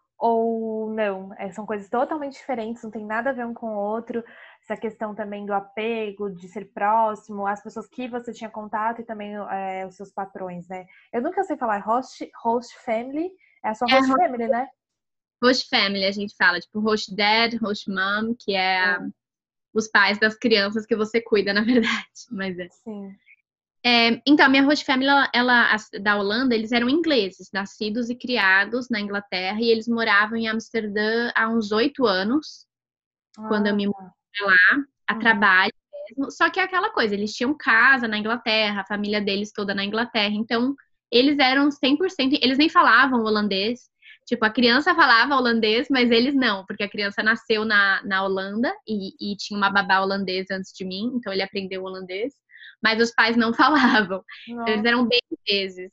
Ou não? É, são coisas totalmente diferentes, não tem nada a ver um com o outro. Essa questão também do apego, de ser próximo, as pessoas que você tinha contato e também é, os seus patrões, né? Eu nunca sei falar host, host family, é a sua É host family, né? host family, a gente fala, tipo host dad, host mom, que é a, É, os pais das crianças que você cuida, na verdade. Mas é. sim. É, então, a minha host family, ela, ela, da Holanda, eles eram ingleses, nascidos e criados na Inglaterra, e eles moravam em Amsterdã há uns oito anos, quando eu Ah, me mudei tá. lá, a Uhum. trabalho mesmo. Só que é aquela coisa, eles tinham casa na Inglaterra, a família deles toda na Inglaterra, então eles eram cem por cento, eles nem falavam holandês. Tipo, a criança falava holandês, mas eles não, porque a criança nasceu na, na Holanda e, e tinha uma babá holandesa antes de mim, então ele aprendeu holandês, mas os pais não falavam. Então eles Nossa, eram bem ingleses.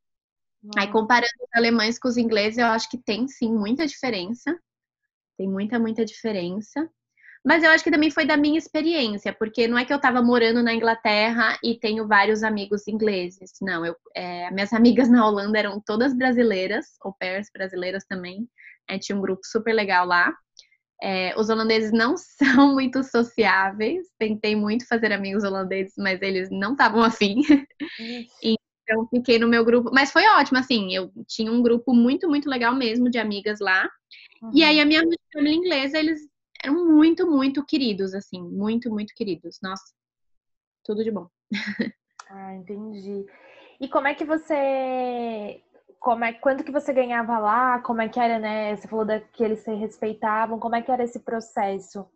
Aí, nossa. comparando os alemães com os ingleses, eu acho que tem sim muita diferença. Tem muita, muita diferença. Mas eu acho que também foi da minha experiência, porque não é que eu estava morando na Inglaterra e tenho vários amigos ingleses. Não, eu, é, minhas amigas na Holanda eram todas brasileiras, au pairs brasileiras também. A gente tinha um grupo super legal lá. É, os holandeses não são muito sociáveis. Tentei muito fazer amigos holandeses, mas eles não estavam afim. Então, fiquei no meu grupo. Mas foi ótimo, assim. Eu tinha um grupo muito, muito legal mesmo de amigas lá. Uhum. E aí, a minha família inglesa, eles eram muito, muito queridos, assim. Muito, muito queridos. Nossa, tudo de bom. Ah, entendi. E como é que você... Como é, quanto que você ganhava lá? Como é que era, né? Você falou da, que eles se respeitavam. Como é que era esse processo?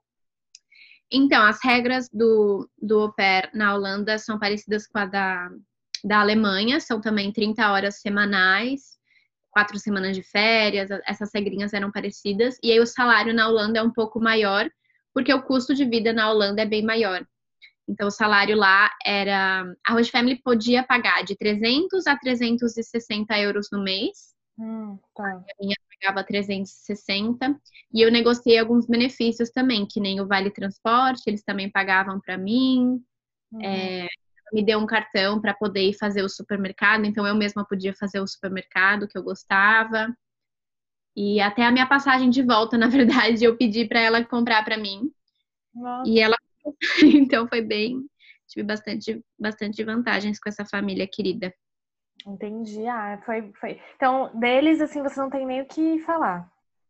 Então, as regras do, do au pair na Holanda são parecidas com a da, da Alemanha. São também trinta horas semanais, quatro semanas de férias. Essas regrinhas eram parecidas. E aí o salário na Holanda é um pouco maior, porque o custo de vida na Holanda é bem maior. Então, o salário lá era... A Host Family podia pagar de trezentos a trezentos e sessenta euros no mês. Hum, tá. A minha pagava trezentos e sessenta. E eu negociei alguns benefícios também, que nem o Vale Transporte, eles também pagavam para mim. Uhum. É, me deu um cartão para poder ir fazer o supermercado, então eu mesma podia fazer o supermercado que eu gostava. E até a minha passagem de volta, na verdade, eu pedi para ela comprar para mim. Nossa. E ela então foi bem, tive bastante, bastante vantagens com essa família querida. Entendi. Ah, foi, foi. Então, deles, assim, você não tem nem o que falar.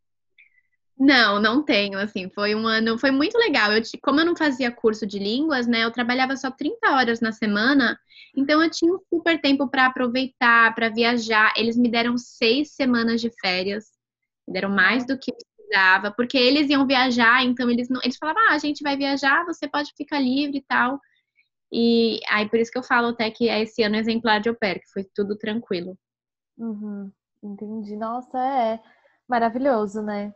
Não, não tenho, assim, foi um ano, foi muito legal. Eu, como eu não fazia curso de línguas, né, eu trabalhava só trinta horas na semana, então eu tinha um super tempo para aproveitar, para viajar. Eles me deram seis semanas de férias, me deram mais do que eu precisava, porque eles iam viajar, então eles não, eles falavam, ah, a gente vai viajar, você pode ficar livre e tal. E aí por isso que eu falo até que é esse ano exemplar de au pair, que foi tudo tranquilo. Uhum, entendi. Nossa, é maravilhoso, né?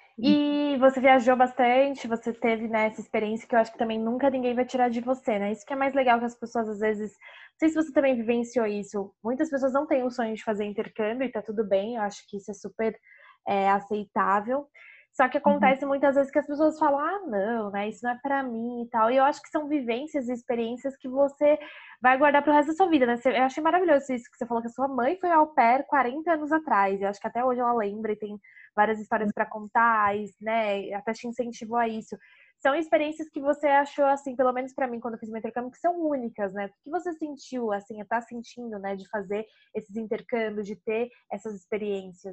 E você viajou bastante, você teve, né, essa experiência que eu acho que também nunca ninguém vai tirar de você, né? Isso que é mais legal que as pessoas às vezes. Não sei se você também vivenciou isso. Muitas pessoas não têm o sonho de fazer intercâmbio e tá tudo bem, eu acho que isso é super é, aceitável. Só que acontece muitas vezes que as pessoas falam, ah, não, né? Isso não é pra mim e tal. E eu acho que são vivências e experiências que você vai guardar pro resto da sua vida, né? Eu achei maravilhoso isso que você falou que a sua mãe foi au pair quarenta anos atrás. Eu acho que até hoje ela lembra e tem várias histórias para contar, né? Até te incentivou a isso. São experiências que você achou, assim, pelo menos para mim, quando eu fiz meu intercâmbio, que são únicas, né? O que você sentiu, assim, tá sentindo, né, de fazer esses intercâmbios, de ter essas experiências?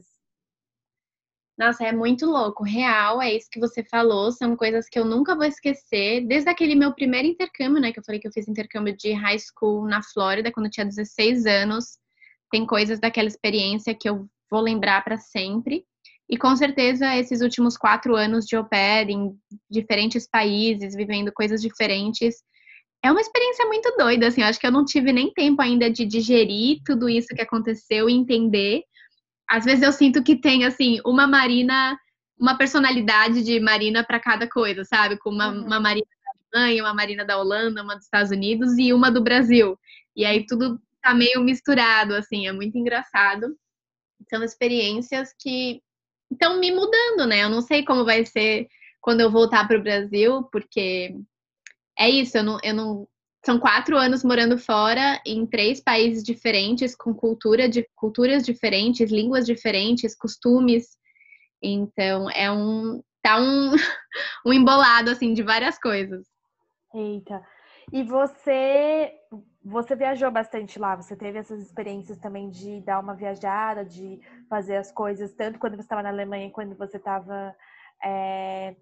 Nossa, é muito louco, real, é isso que você falou, são coisas que eu nunca vou esquecer, desde aquele meu primeiro intercâmbio, né, que eu falei que eu fiz intercâmbio de high school na Flórida, quando eu tinha dezesseis anos, tem coisas daquela experiência que eu vou lembrar para sempre, e com certeza esses últimos quatro anos de au pair em diferentes países, vivendo coisas diferentes, é uma experiência muito doida, assim, eu acho que eu não tive nem tempo ainda de digerir tudo isso que aconteceu e entender. Às vezes eu sinto que tem, assim, uma Marina, uma personalidade de Marina para cada coisa, sabe? Com uma, Uhum. uma Marina da Alemanha, uma Marina da Holanda, uma dos Estados Unidos e uma do Brasil. E aí tudo tá meio misturado, assim, é muito engraçado. São experiências que estão me mudando, né? Eu não sei como vai ser quando eu voltar para o Brasil, porque é isso, eu não, eu não. São quatro anos morando fora, em três países diferentes, com cultura de, culturas diferentes, línguas diferentes, costumes. Então, é um. Tá um, um embolado, assim, de várias coisas. Eita. E você, você viajou bastante lá? Você teve essas experiências também de dar uma viajada, de fazer as coisas, tanto quando você estava na Alemanha quando você estava é,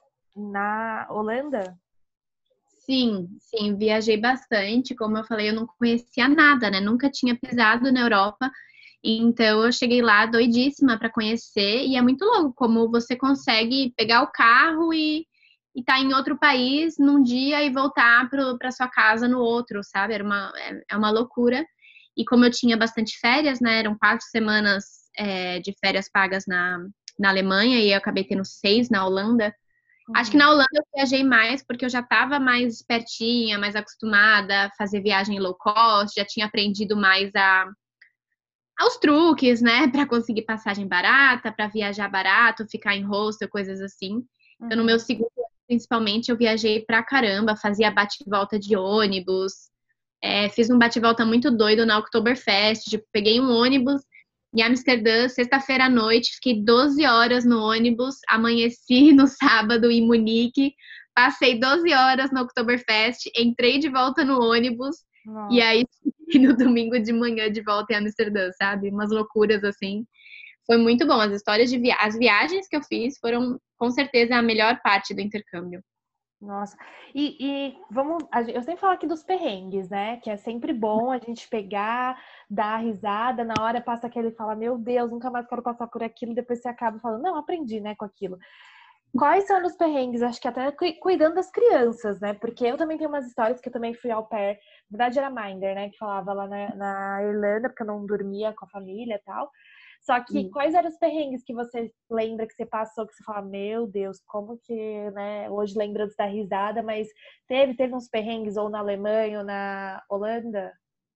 na Holanda? Sim, sim, viajei bastante. Como eu falei, eu não conhecia nada, né? Nunca tinha pisado na Europa. Então eu cheguei lá doidíssima para conhecer e é muito louco como você consegue pegar o carro e estar tá em outro país num dia e voltar para sua casa no outro, sabe? Era uma, é, é uma loucura. E como eu tinha bastante férias, né? Eram quatro semanas é, de férias pagas na, na Alemanha e eu acabei tendo seis na Holanda. Acho que Uhum. na Holanda eu viajei mais porque eu já estava mais espertinha, mais acostumada a fazer viagem low cost, já tinha aprendido mais a, aos truques, né, para conseguir passagem barata, para viajar barato, ficar em hostel, coisas assim. Então, no meu Uhum. segundo ano principalmente, eu viajei pra caramba, fazia bate-volta de ônibus, é, fiz um bate-volta muito doido na Oktoberfest, tipo, peguei um ônibus em Amsterdã, sexta-feira à noite, fiquei doze horas no ônibus, amanheci no sábado em Munique, passei doze horas no Oktoberfest, entrei de volta no ônibus, e Nossa. aí no domingo de manhã de volta em Amsterdã, sabe? Umas loucuras assim. Foi muito bom. As histórias de via... as viagens que eu fiz foram com certeza a melhor parte do intercâmbio. Nossa, e, e vamos, a gen- eu sempre falo aqui dos perrengues, né? Que é sempre bom a gente pegar, dar risada, na hora passa aquele e fala, meu Deus, nunca mais quero passar por aquilo, depois você acaba falando, não, aprendi, né, com aquilo. Quais são os perrengues? Acho que até cu- cuidando das crianças, né? Porque eu também tenho umas histórias que eu também fui au pair, na verdade era Minder, né? Que falava lá na, na Irlanda, porque eu não dormia com a família e tal. Só que quais eram os perrengues que você lembra que você passou, que você fala, meu Deus, como que, né? Hoje lembrando da risada, mas teve, teve uns perrengues ou na Alemanha ou na Holanda?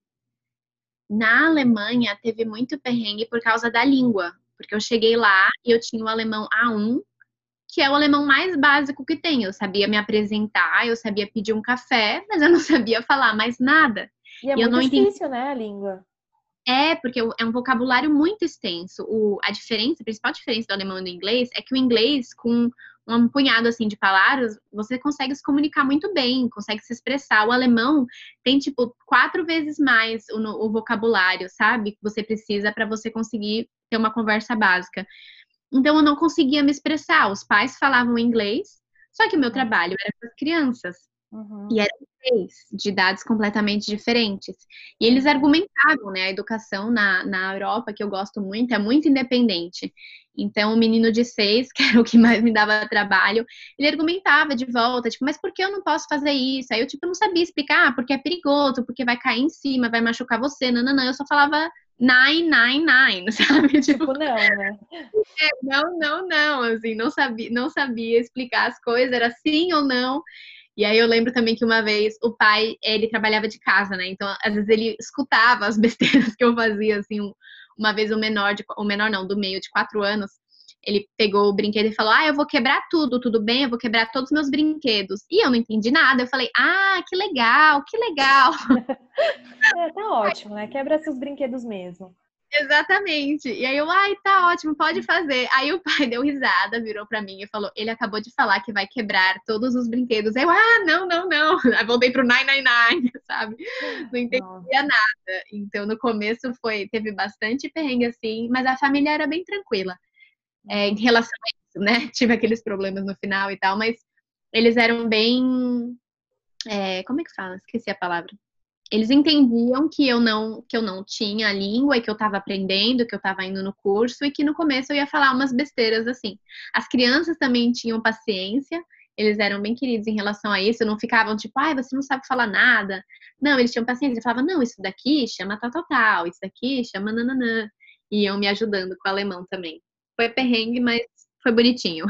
Na Alemanha teve muito perrengue por causa da língua, porque eu cheguei lá e eu tinha o alemão A um, que é o alemão mais básico que tem. Eu sabia me apresentar, eu sabia pedir um café, mas eu não sabia falar mais nada. E é E eu muito não entendi. difícil, né, a língua. É, porque é um vocabulário muito extenso. O, a diferença, a principal diferença do alemão e do inglês é que o inglês, com um punhado assim de palavras, você consegue se comunicar muito bem, consegue se expressar. O alemão tem tipo quatro vezes mais o, o vocabulário, sabe? Que você precisa para você conseguir ter uma conversa básica. Então eu não conseguia me expressar. Os pais falavam inglês, só que o meu Nossa. trabalho era com as crianças. Uhum, E eram três, de idades completamente diferentes. E eles uhum. argumentavam, né? A educação na, na Europa, que eu gosto muito, é muito independente. Então, o menino de seis, que era o que mais me dava trabalho, ele argumentava de volta, tipo, mas por que eu não posso fazer isso? Aí eu, tipo, não sabia explicar, ah, porque é perigoso, porque vai cair em cima, vai machucar você, não, não, não. Eu só falava nine, nine, nine, sabe? Tipo, Tipo, não, né? não, não, não, assim, não sabia, não sabia explicar as coisas, era sim ou não. E aí eu lembro também que uma vez o pai, ele trabalhava de casa, né? Então, às vezes ele escutava as besteiras que eu fazia, assim, um- uma vez o menor, de, o menor não, do meio, de quatro anos, ele pegou o brinquedo e falou, ah, eu vou quebrar tudo, tudo bem? Eu vou quebrar todos os meus brinquedos. E eu não entendi nada, eu falei, ah, que legal, que legal. É, tá ótimo, né? Quebra seus brinquedos mesmo. Exatamente. E aí eu, ai, tá ótimo, pode fazer. Aí o pai deu risada, virou pra mim e falou: ele acabou de falar que vai quebrar todos os brinquedos. Aí eu, ah, não, não, não. Aí voltei pro nove nove nove, sabe? Não Nossa. entendia nada. Então no começo foi, teve bastante perrengue assim, mas a família era bem tranquila é, em Uhum. relação a isso, né? Tive aqueles problemas no final e tal, mas eles eram bem. É, como é que fala? Esqueci a palavra. Eles entendiam que eu não que eu não tinha a língua e que eu estava aprendendo, que eu estava indo no curso e que no começo eu ia falar umas besteiras assim. As crianças também tinham paciência, eles eram bem queridos em relação a isso, não ficavam tipo, ai, você não sabe falar nada. Não, eles tinham paciência, eles falavam, não, isso daqui chama tal, tal, tal, isso daqui chama nananã. E iam me ajudando com o alemão também. Foi perrengue, mas foi bonitinho.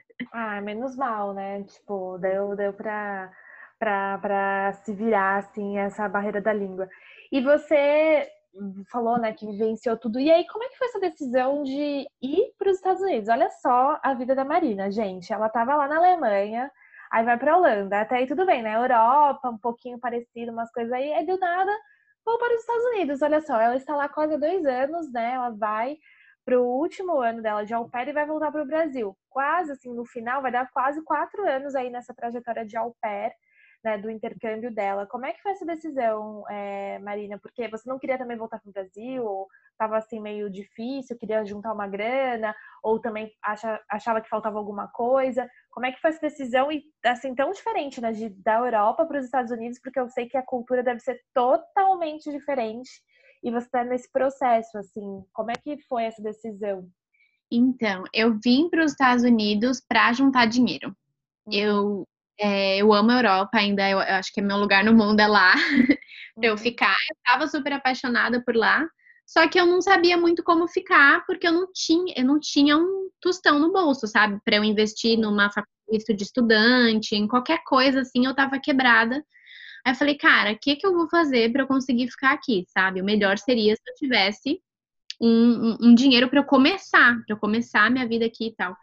Ah, menos mal, né? Tipo, deu, deu pra, pra, pra se virar, assim, essa barreira da língua. E você falou, né, que vivenciou tudo. E aí, como é que foi essa decisão de ir para os Estados Unidos? Olha só a vida da Marina, gente. Ela tava lá na Alemanha, aí vai pra Holanda. Até aí tudo bem, né? Europa, um pouquinho parecido, umas coisas aí. Aí, do nada, vou para os Estados Unidos. Olha só, ela está lá quase há dois anos, né? Ela vai pro último ano dela de au pair e vai voltar para o Brasil. Quase, assim, no final, vai dar quase quatro anos aí nessa trajetória de au pair, né, do intercâmbio dela. Como é que foi essa decisão, é, Marina? Porque você não queria também voltar para o Brasil, ou estava assim meio difícil, queria juntar uma grana, ou também acha, achava que faltava alguma coisa. Como é que foi essa decisão e assim tão diferente, né, de, da Europa para os Estados Unidos? Porque eu sei que a cultura deve ser totalmente diferente e você está nesse processo, assim. Como é que foi essa decisão? Então, eu vim para os Estados Unidos para juntar dinheiro. Uhum, Eu, é, eu amo a Europa ainda, eu, eu acho que meu lugar no mundo é lá, pra eu uhum, ficar. Eu tava super apaixonada por lá, só que eu não sabia muito como ficar, porque eu não tinha, eu não tinha um tostão no bolso, sabe? Pra eu investir sim. numa faculdade de estudante, em qualquer coisa assim, eu tava quebrada. Aí eu falei, cara, o que que eu vou fazer pra eu conseguir ficar aqui, sabe? O melhor seria se eu tivesse um, um, um dinheiro pra eu começar, pra eu começar a minha vida aqui e tal.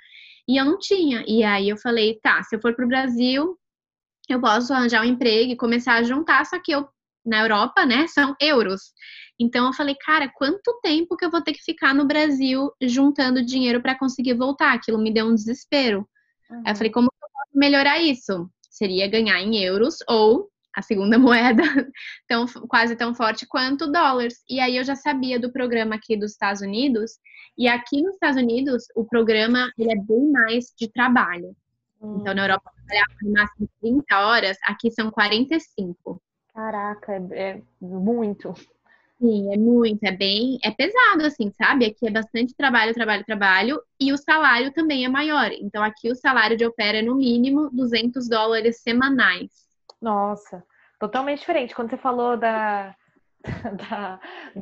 E eu não tinha. E aí eu falei, tá, se eu for pro Brasil, eu posso arranjar um emprego e começar a juntar, só que eu, na Europa, né, são euros. Então eu falei, cara, quanto tempo que eu vou ter que ficar no Brasil juntando dinheiro para conseguir voltar? Aquilo me deu um desespero. Aí eu falei, Uhum. como que eu posso melhorar isso? Seria ganhar em euros ou a segunda moeda tão, quase tão forte quanto dólares. E aí eu já sabia do programa aqui dos Estados Unidos, e aqui nos Estados Unidos o programa ele é bem mais de trabalho. Então na Hum, Europa eu trabalhava no máximo trinta horas, aqui são quarenta e cinco. caraca, é, é muito. Sim, é muito, é bem, é pesado assim, sabe? Aqui é bastante trabalho, trabalho, trabalho, e o salário também é maior. Então aqui o salário de au pair é no mínimo duzentos dólares semanais. Nossa, totalmente diferente. Quando você falou da, da,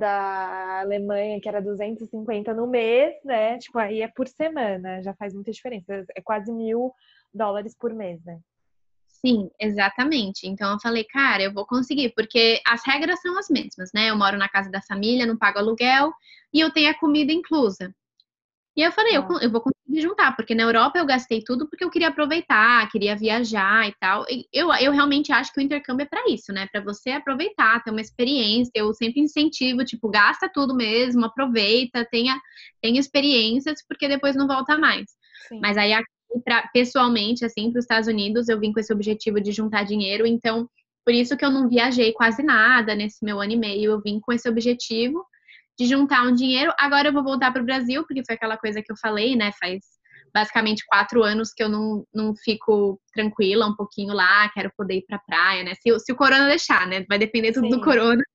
da Alemanha, que era duzentos e cinquenta no mês, né? Tipo, aí é por semana, já faz muita diferença. É quase mil dólares por mês, né? Sim, exatamente. Então eu falei, cara, eu vou conseguir, porque as regras são as mesmas, né? Eu moro na casa da família, não pago aluguel e eu tenho a comida inclusa. E eu falei, eu, Ah, eu vou conseguir juntar, porque na Europa eu gastei tudo porque eu queria aproveitar, queria viajar e tal. E eu, eu realmente acho que o intercâmbio é para isso, né? Para você aproveitar, ter uma experiência. Eu sempre incentivo, tipo, gasta tudo mesmo, aproveita, tenha, tenha experiências, porque depois não volta mais. Mas sim. aí aqui, pra, pessoalmente, assim, para os Estados Unidos, eu vim com esse objetivo de juntar dinheiro, então por isso que eu não viajei quase nada nesse meu ano e meio. Eu vim com esse objetivo de juntar um dinheiro. Agora eu vou voltar para o Brasil, porque foi aquela coisa que eu falei, né? Faz basicamente quatro anos que eu não, não fico tranquila um pouquinho lá, quero poder ir pra praia, né? Se, se o corona deixar, né? Vai depender tudo do Sim. corona.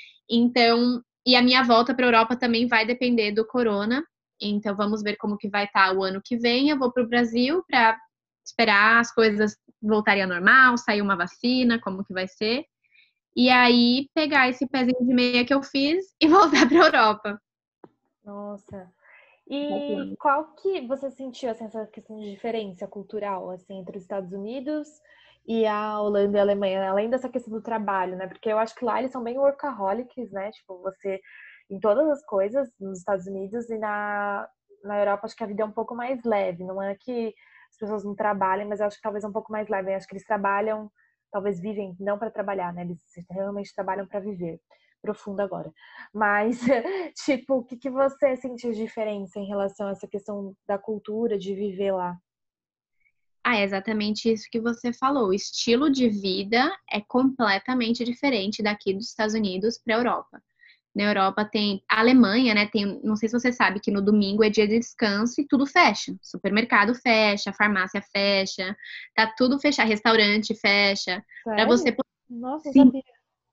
Então, e a minha volta para a Europa também vai depender do corona. Então, vamos ver como que vai estar o ano que vem. Eu vou para o Brasil para esperar as coisas voltarem ao normal, sair uma vacina, como que vai ser. E aí, pegar esse pezinho de meia que eu fiz e voltar para a Europa. Nossa. E qual que você sentiu assim, essa questão de diferença cultural assim entre os Estados Unidos e a Holanda e a Alemanha, né? Além dessa questão do trabalho, né? Porque eu acho que lá eles são bem workaholics, né? Tipo, você em todas as coisas nos Estados Unidos e na na Europa acho que a vida é um pouco mais leve, não é que as pessoas não trabalham, mas eu acho que talvez é um pouco mais leve. Eu acho que eles trabalham, talvez vivem não para trabalhar, né? Eles realmente trabalham para viver. Profundo agora. Mas, tipo, o que, que você sentiu de diferença em relação a essa questão da cultura, de viver lá? Ah, é exatamente isso que você falou. O estilo de vida é completamente diferente daqui dos Estados Unidos para a Europa. Na Europa tem a Alemanha, né? Tem, não sei se você sabe que no domingo é dia de descanso e tudo fecha. Supermercado fecha, farmácia fecha, tá tudo fechado, restaurante fecha. Para você, Sério? Nossa, não sim, sabia.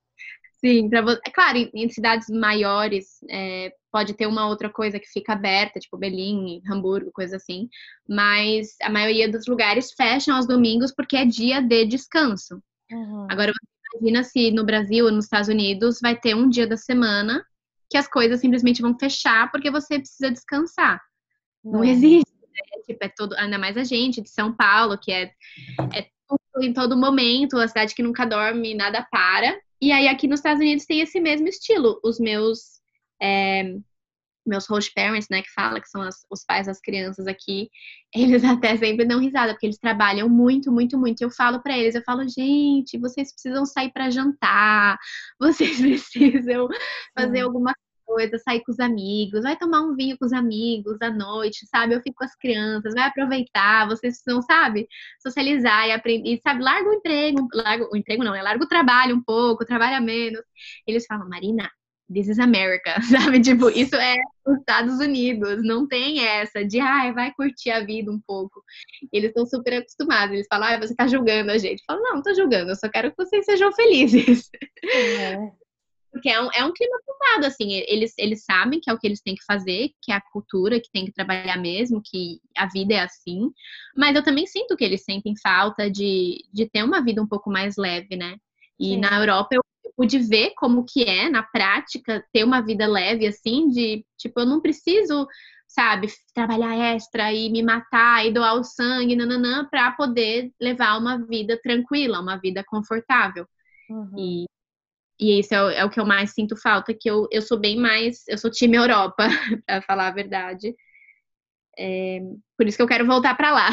sim, pra vo... é claro, em, em cidades maiores é, pode ter uma outra coisa que fica aberta, tipo Berlim, Hamburgo, coisa assim, mas a maioria dos lugares fecham aos domingos porque é dia de descanso. Uhum. Agora, você imagina se no Brasil ou nos Estados Unidos vai ter um dia da semana que as coisas simplesmente vão fechar porque você precisa descansar. Não Não, né? existe, né? Tipo, é todo, ainda mais a gente de São Paulo, que é é tudo em todo momento, a cidade que nunca dorme, nada para. E aí aqui nos Estados Unidos tem esse mesmo estilo. Os meus é, meus host parents, né, que fala que são as, os pais das crianças aqui, eles até sempre dão risada porque eles trabalham muito, muito, muito. Eu falo para eles, eu falo, gente, vocês precisam sair para jantar, vocês precisam fazer Sim. alguma coisa, sair com os amigos, vai tomar um vinho com os amigos à noite, sabe? Eu fico com as crianças, vai aproveitar, vocês precisam, sabe, socializar e aprender, e, sabe, larga o emprego, larga o emprego não, né? Larga o trabalho um pouco, trabalha menos. Eles falam, Marina, this is America, sabe? Tipo, isso é os Estados Unidos, não tem essa de, ai, vai curtir a vida um pouco. Eles estão super acostumados, eles falam, ai, você tá julgando a gente. Eu falo, não, não tô julgando, eu só quero que vocês sejam felizes. Sim, é. Porque é um, é um clima pesado, assim, eles, eles sabem que é o que eles têm que fazer, que é a cultura, que tem que trabalhar mesmo, que a vida é assim, mas eu também sinto que eles sentem falta de, de ter uma vida um pouco mais leve, né? E na Sim. Europa eu pude ver como que é, na prática, ter uma vida leve, assim, de, tipo, eu não preciso, sabe, trabalhar extra e me matar e doar o sangue, nananã, para poder levar uma vida tranquila, uma vida confortável. Uhum. E e isso é, o- é o que eu mais sinto falta, que eu, eu sou bem mais, eu sou time Europa, pra falar a verdade. É, por isso que eu quero voltar para lá.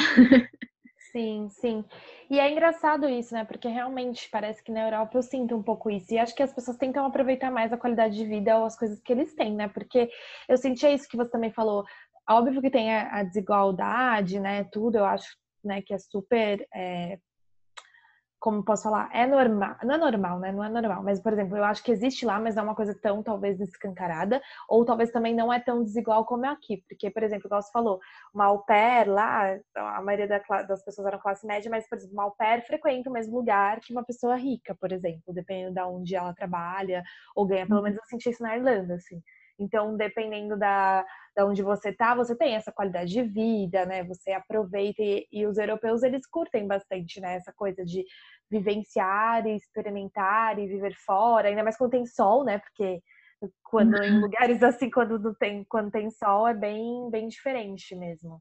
Sim, sim. E é engraçado isso, né? Porque realmente parece que na Europa eu sinto um pouco isso. E acho que as pessoas tentam aproveitar mais a qualidade de vida ou as coisas que eles têm, né? Porque eu sentia isso que você também falou. Óbvio que tem a desigualdade, né? Tudo, eu acho, né, que é super. É como posso falar, é normal, não é normal, né? Não é normal, mas, por exemplo, eu acho que existe lá, mas não é uma coisa tão, talvez, escancarada, ou talvez também não é tão desigual como é aqui, porque, por exemplo, igual você falou, uma au pair lá, a maioria das pessoas eram classe média, mas, por exemplo, uma au pair frequenta o mesmo lugar que uma pessoa rica, por exemplo, dependendo de onde ela trabalha, ou ganha, pelo menos eu senti isso na Irlanda, assim. Então, dependendo da, da onde você tá, você tem essa qualidade de vida, né? Você aproveita e, e os europeus, eles curtem bastante, né? Essa coisa de vivenciar e experimentar e viver fora, ainda mais quando tem sol, né? Porque quando em lugares assim, quando não tem, quando tem sol, é bem, bem diferente mesmo.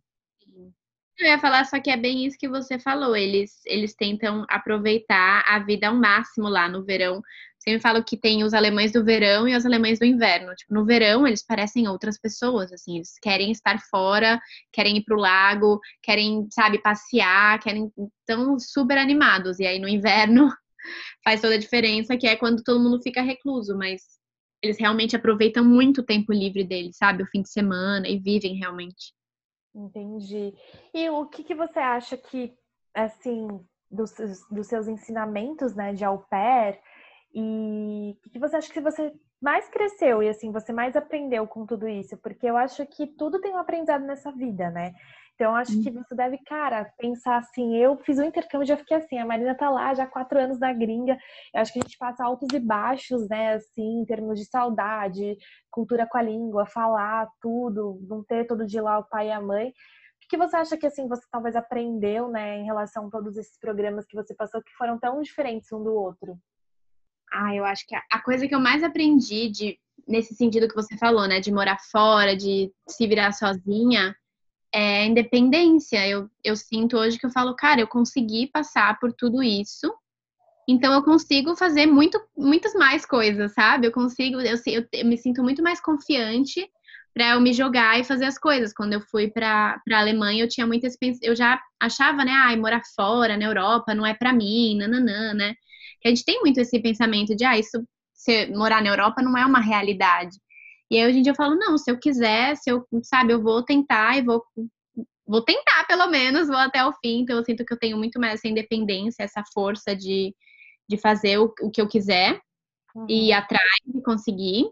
Eu ia falar, só que é bem isso que você falou. Eles, eles tentam aproveitar a vida ao máximo lá no verão. Sempre falo que tem os alemães do verão e os alemães do inverno. Tipo, no verão eles parecem outras pessoas, assim, eles querem estar fora, querem ir pro lago, querem, sabe, passear, querem, estão super animados. E aí no inverno faz toda a diferença, que é quando todo mundo fica recluso, mas eles realmente aproveitam muito o tempo livre deles, sabe, o fim de semana e vivem realmente. Entendi. E o que que você acha que, assim, dos, dos seus ensinamentos, né, de au pair, e o que que você acha que você mais cresceu e, assim, você mais aprendeu com tudo isso? Porque eu acho que tudo tem um aprendizado nessa vida, né? Então, eu acho que você deve, cara, pensar assim, eu fiz um intercâmbio e já fiquei assim, a Marina tá lá já há quatro anos na gringa, eu acho que a gente passa altos e baixos, né, assim, em termos de saudade, cultura com a língua, falar tudo, não ter todo dia lá o pai e a mãe. O que você acha que, assim, você talvez aprendeu, né, em relação a todos esses programas que você passou, que foram tão diferentes um do outro? Ah, eu acho que a, a coisa que eu mais aprendi de, nesse sentido que você falou, né, de morar fora, de se virar sozinha, é a independência. Eu, eu sinto hoje que eu falo, cara, eu consegui passar por tudo isso, então eu consigo fazer muito, muitas mais coisas, sabe? Eu consigo, eu, eu, eu me sinto muito mais confiante para eu me jogar e fazer as coisas. Quando eu fui para para Alemanha, eu tinha muito esse pens- eu já achava, né, ai, morar fora, na Europa, não é para mim, nananã, né? Que a gente tem muito esse pensamento de, ah, isso, se morar na Europa não é uma realidade. E aí hoje em dia eu falo, não, se eu quiser, se eu, sabe, eu vou tentar e vou vou tentar pelo menos, vou até o fim. Então eu sinto que eu tenho muito mais essa independência, essa força de de fazer o, o que eu quiser e ir Uhum. atrás e conseguir.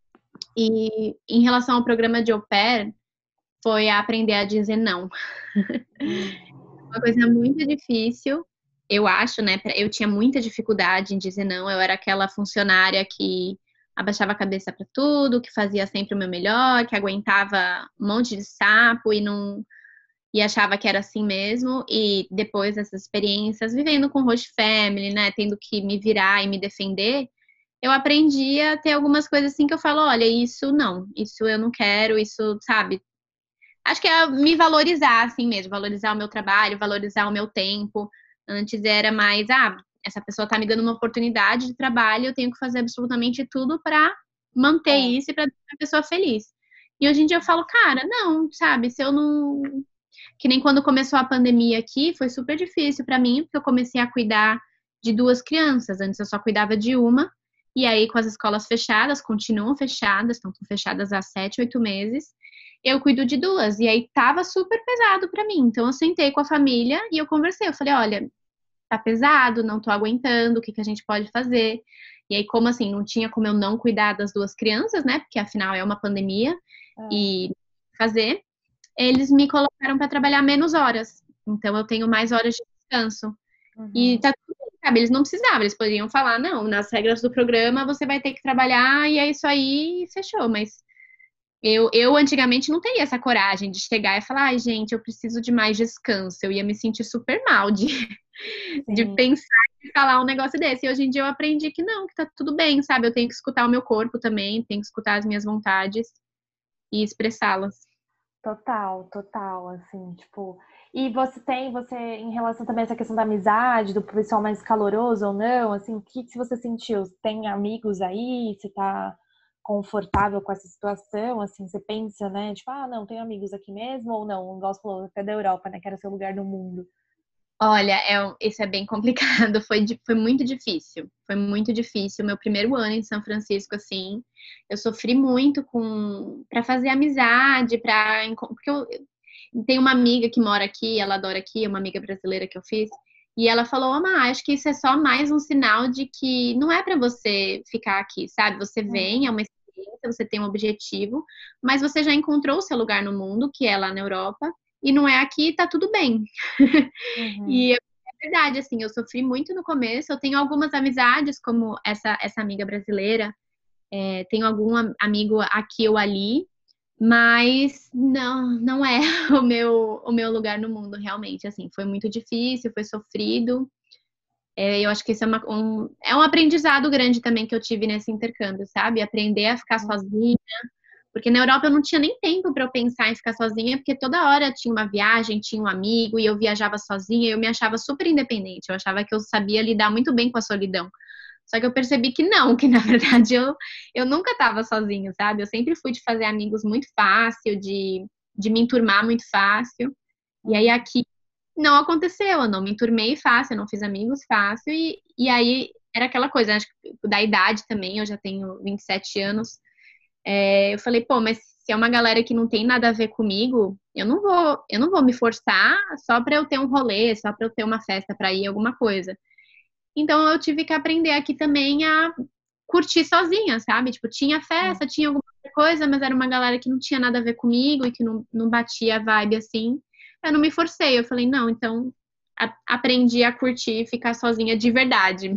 E em relação ao programa de au pair, foi aprender a dizer não. Uma coisa muito difícil, eu acho, né? Eu tinha muita dificuldade em dizer não. Eu era aquela funcionária que abaixava a cabeça para tudo, que fazia sempre o meu melhor, que aguentava um monte de sapo e não e achava que era assim mesmo. E depois dessas experiências, vivendo com host family, né, tendo que me virar e me defender, eu aprendi a ter algumas coisas assim que eu falo, olha, isso não, isso eu não quero, isso, sabe? Acho que é me valorizar assim mesmo, valorizar o meu trabalho, valorizar o meu tempo. Antes era mais, ah, essa pessoa tá me dando uma oportunidade de trabalho, eu tenho que fazer absolutamente tudo para manter É. isso e para deixar a pessoa feliz. E hoje em dia eu falo, cara, não, sabe, se eu não que nem quando começou a pandemia aqui, foi super difícil para mim, porque eu comecei a cuidar de duas crianças. Antes eu só cuidava de uma, e aí com as escolas fechadas, continuam fechadas, estão fechadas há sete, oito meses. Eu cuido de duas, e aí tava super pesado para mim. Então eu sentei com a família e eu conversei. Eu falei: olha, tá pesado, não tô aguentando, o que, que a gente pode fazer? E aí, como assim, não tinha como eu não cuidar das duas crianças, né? Porque afinal é uma pandemia, É. e fazer eles me colocaram para trabalhar menos horas. Então eu tenho mais horas de descanso. E Uhum. tá tudo bem, sabe? Eles não precisavam, eles poderiam falar, não, nas regras do programa você vai ter que trabalhar e é isso aí, e fechou. Mas eu, eu antigamente não teria essa coragem de chegar e falar, ai, gente, eu preciso de mais descanso. Eu ia me sentir super mal de, de Sim. pensar e falar um negócio desse. E hoje em dia eu aprendi que não, que tá tudo bem, sabe? Eu tenho que escutar o meu corpo também, tenho que escutar as minhas vontades e expressá-las. Total, total, assim, tipo. E você tem, você, em relação também a essa questão da amizade, do pessoal mais caloroso ou não, assim, o que, que você sentiu? Tem amigos aí? Você tá confortável com essa situação, assim, você pensa, né? Tipo, ah, não, tenho amigos aqui mesmo, ou não, igual você falou, até da Europa, né, que era seu lugar no mundo. Olha, é, um- isso é bem complicado, foi, di- foi muito difícil, foi muito difícil. Meu primeiro ano em São Francisco, assim, eu sofri muito com para fazer amizade, para porque eu eu tenho uma amiga que mora aqui, ela adora aqui, é uma amiga brasileira que eu fiz, e ela falou, Ama, acho que isso é só mais um sinal de que não é para você ficar aqui, sabe? Você vem, é Uhum, uma experiência, você tem um objetivo, mas você já encontrou o seu lugar no mundo, que é lá na Europa, e não é aqui, tá tudo bem. uhum, E é verdade, assim, eu sofri muito no começo. Eu tenho algumas amizades, como essa, essa amiga brasileira, é, tenho algum am- amigo aqui ou ali, mas não, não é o meu, o meu lugar no mundo, realmente. Assim, foi muito difícil, foi sofrido. É, eu acho que isso é, uma, um, é um aprendizado grande também que eu tive nesse intercâmbio, sabe? Aprender a ficar sozinha, porque na Europa eu não tinha nem tempo para eu pensar em ficar sozinha, porque toda hora tinha uma viagem, tinha um amigo e eu viajava sozinha, e eu me achava super independente. Eu achava que eu sabia lidar muito bem com a solidão. Só que eu percebi que não, que na verdade eu, eu nunca estava sozinha, sabe? Eu sempre fui de fazer amigos muito fácil, de, de me enturmar muito fácil. E aí uhum. aqui não aconteceu, eu não me enturmei fácil, eu não fiz amigos fácil, e, e aí era aquela coisa, acho que da idade também, eu já tenho vinte e sete anos. É, eu falei, pô, mas se é uma galera que não tem nada a ver comigo, eu não vou, eu não vou me forçar só para eu ter um rolê, só para eu ter uma festa para ir, alguma coisa. Então eu tive que aprender aqui também a curtir sozinha, sabe? Tipo, tinha Sim. festa, tinha alguma outra coisa, mas era uma galera que não tinha nada a ver comigo e que não, não batia a vibe assim. Eu não me forcei, eu falei, não, então a- aprendi a curtir e ficar sozinha de verdade.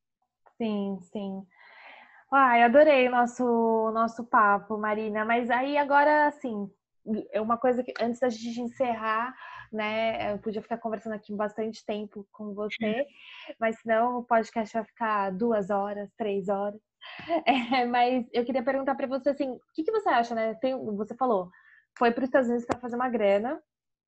Sim, sim. Ai, adorei o nosso, o nosso papo, Marina. Mas aí agora, assim, é uma coisa que antes da gente encerrar, né? Eu podia ficar conversando aqui bastante tempo com você, mas senão o podcast vai ficar duas horas, três horas. É, mas eu queria perguntar para você assim, o que que você acha, né? Tem, você falou, foi para os Estados Unidos para fazer uma grana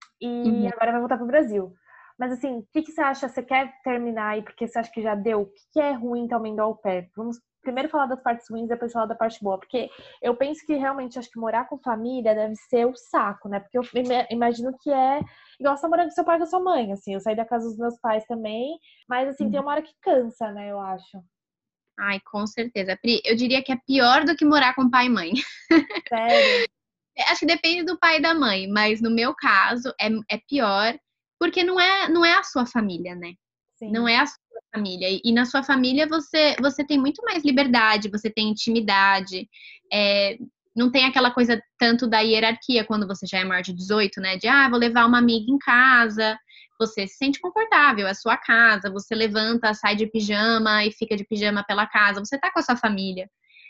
e Uhum. agora vai voltar para o Brasil. Mas assim, o que que você acha? Você quer terminar aí porque você acha que já deu? O que que é ruim também do au pair? Vamos primeiro falar das partes ruins, depois falar da parte boa. Porque eu penso que realmente acho que morar com família deve ser o saco, né? Porque eu ima- imagino que é igual você tá morando com seu pai e com sua mãe, assim. Eu saí da casa dos meus pais também, mas assim, tem uma hora que cansa, né? Eu acho. Ai, com certeza. Pri, eu diria que é pior do que morar com pai e mãe. Sério? Acho que depende do pai e da mãe, mas no meu caso é, é pior porque não é, não é a sua família, né? Não Sim. é a sua família. E, e na sua família você, você tem muito mais liberdade, você tem intimidade, é, não tem aquela coisa tanto da hierarquia quando você já é maior de dezoito, né? De, ah, vou levar uma amiga em casa. Você se sente confortável, é a sua casa, você levanta, sai de pijama e fica de pijama pela casa, você tá com a sua família.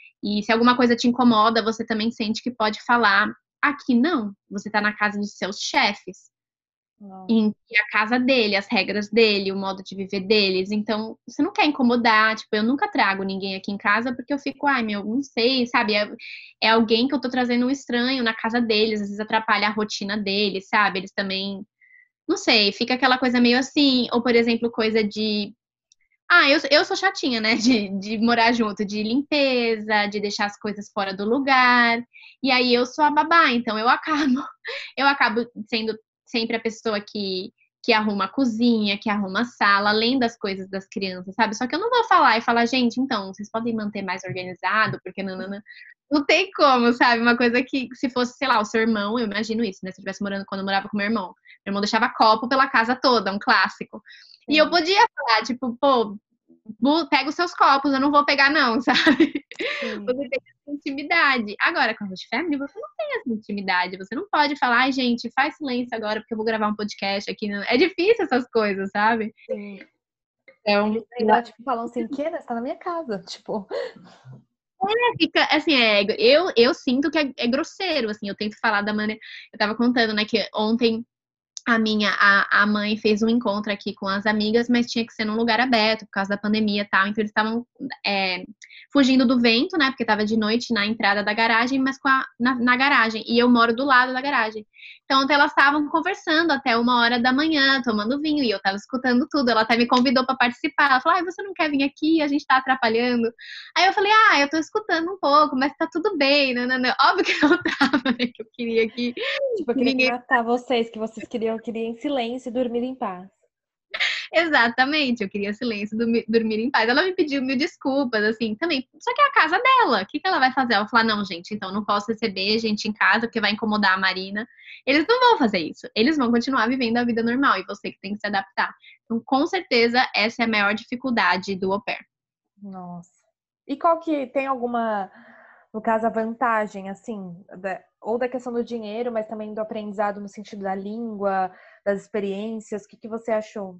E se alguma coisa te incomoda, você também sente que pode falar. Aqui não, você tá na casa dos seus chefes, Nossa. em que é a casa dele, as regras dele, o modo de viver deles. Então, você não quer incomodar. Tipo, eu nunca trago ninguém aqui em casa porque eu fico, ai meu, não sei, sabe? É, é alguém que eu tô trazendo um estranho na casa deles, às vezes atrapalha a rotina deles, sabe? Eles também, não sei, fica aquela coisa meio assim. Ou, por exemplo, coisa de ah, eu, eu sou chatinha, né? De, de morar junto, de limpeza, de deixar as coisas fora do lugar. E aí eu sou a babá, então eu acabo, eu acabo sendo sempre a pessoa que, que arruma a cozinha, que arruma a sala, além das coisas das crianças, sabe? Só que eu não vou falar e falar, gente, então, vocês podem manter mais organizado, porque nanana. Não tem como, sabe? Uma coisa que, se fosse, sei lá, o seu irmão, eu imagino isso, né? Se eu estivesse morando quando eu morava com meu irmão. Meu irmão deixava copo pela casa toda, um clássico. E eu Sim, podia falar, tipo, pô, pega os seus copos, eu não vou pegar, não, sabe? sim. Você tem essa intimidade. Agora, com a host family, você não tem essa intimidade. Você não pode falar, ai, gente, faz silêncio agora, porque eu vou gravar um podcast aqui. É difícil essas coisas, sabe? Sim. Eles Então, ainda, tipo, falam assim, que você tá na minha casa, tipo. fica, assim, é, eu, eu sinto que é, é grosseiro, assim, eu tento falar da maneira. Eu tava contando, né, que ontem a minha, a, a mãe fez um encontro aqui com as amigas, mas tinha que ser num lugar aberto, por causa da pandemia e tal. Então, eles estavam é, fugindo do vento, né? Porque tava de noite na entrada da garagem, mas com a, na, na garagem. E eu moro do lado da garagem. Então, ontem elas estavam conversando até uma hora da manhã, tomando vinho, e eu tava escutando tudo. Ela até me convidou para participar. Ela falou, ah, você não quer vir aqui? A gente tá atrapalhando. Aí eu falei, ah, eu tô escutando um pouco, mas tá tudo bem. Não, não, não. Óbvio que não tava, né? Que eu queria que Tipo, eu queria ninguém. matar vocês, que vocês queriam, queriam em silêncio e dormir em paz. Exatamente, eu queria silêncio, dormir, dormir em paz. Ela me pediu mil desculpas, assim, também. Só que é a casa dela. O que, que ela vai fazer? Ela falou: não, gente, então não posso receber gente em casa porque vai incomodar a Marina. Eles não vão fazer isso. Eles vão continuar vivendo a vida normal e você que tem que se adaptar. Então, com certeza, essa é a maior dificuldade do au pair. Nossa. E qual que tem alguma, no caso, a vantagem, assim, da, ou da questão do dinheiro, mas também do aprendizado no sentido da língua, das experiências? O que, que você achou?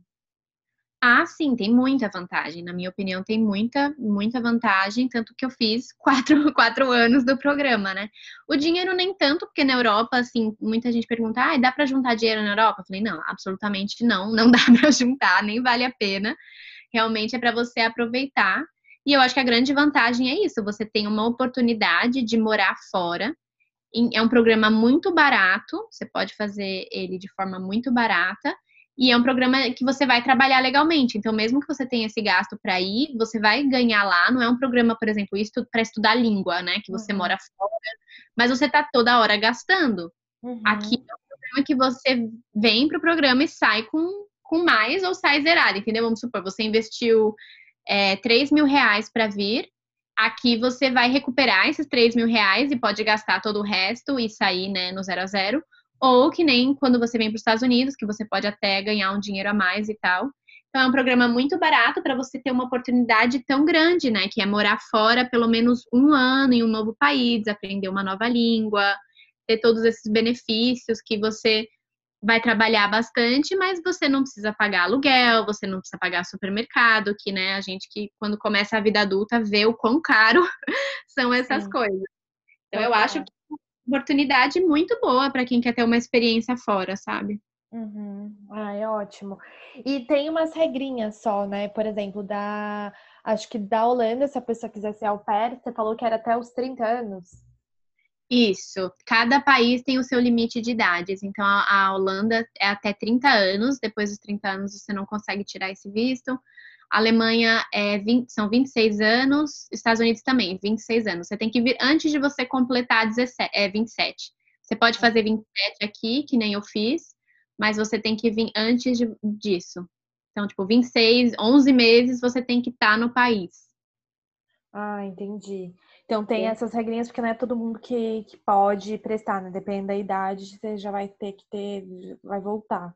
Ah, sim, tem muita vantagem. Na minha opinião, tem muita, muita vantagem, tanto que eu fiz quatro, quatro anos do programa, né? O dinheiro nem tanto, porque na Europa, assim, muita gente pergunta, ah, dá para juntar dinheiro na Europa? Eu falei, não, absolutamente não, não dá para juntar, nem vale a pena. Realmente é para você aproveitar. E eu acho que a grande vantagem é isso, você tem uma oportunidade de morar fora. É um programa muito barato, você pode fazer ele de forma muito barata. E é um programa que você vai trabalhar legalmente. Então, mesmo que você tenha esse gasto para ir, você vai ganhar lá. Não é um programa, por exemplo, para estudar língua, né? Que você Uhum. mora fora, mas você tá toda hora gastando. Uhum. Aqui é um programa que você vem pro programa e sai com, com mais ou sai zerado, entendeu? Vamos supor, você investiu é, três mil reais para vir. Aqui você vai recuperar esses três mil reais e pode gastar todo o resto e sair, né, no zero a zero. Ou que nem quando você vem para os Estados Unidos, que você pode até ganhar um dinheiro a mais e tal. Então é um programa muito barato para você ter uma oportunidade tão grande, né? Que é morar fora pelo menos um ano em um novo país, aprender uma nova língua, ter todos esses benefícios que você vai trabalhar bastante, mas você não precisa pagar aluguel, você não precisa pagar supermercado, que, né, a gente que quando começa a vida adulta vê o quão caro são essas Sim. coisas. Então Total. eu acho que oportunidade muito boa para quem quer ter uma experiência fora, sabe? Uhum. Ah, é ótimo. E tem umas regrinhas só, né? Por exemplo, da acho que da Holanda, se a pessoa quiser ser au pair, você falou que era até os trinta anos. Isso. Cada país tem o seu limite de idades. Então, a, a Holanda é até trinta anos. Depois dos trinta anos, você não consegue tirar esse visto. A Alemanha é vinte, são vinte e seis anos. Estados Unidos também, vinte e seis anos. Você tem que vir antes de você completar dezessete, é, vinte e sete. Você pode fazer vinte e sete aqui, que nem eu fiz, mas você tem que vir antes de, disso. Então, tipo, vinte e seis, onze meses você tem que estar no país. Ah, entendi. Então tem essas regrinhas, porque não é todo mundo que, que pode prestar, né? Depende da idade, você já vai ter que ter, vai voltar.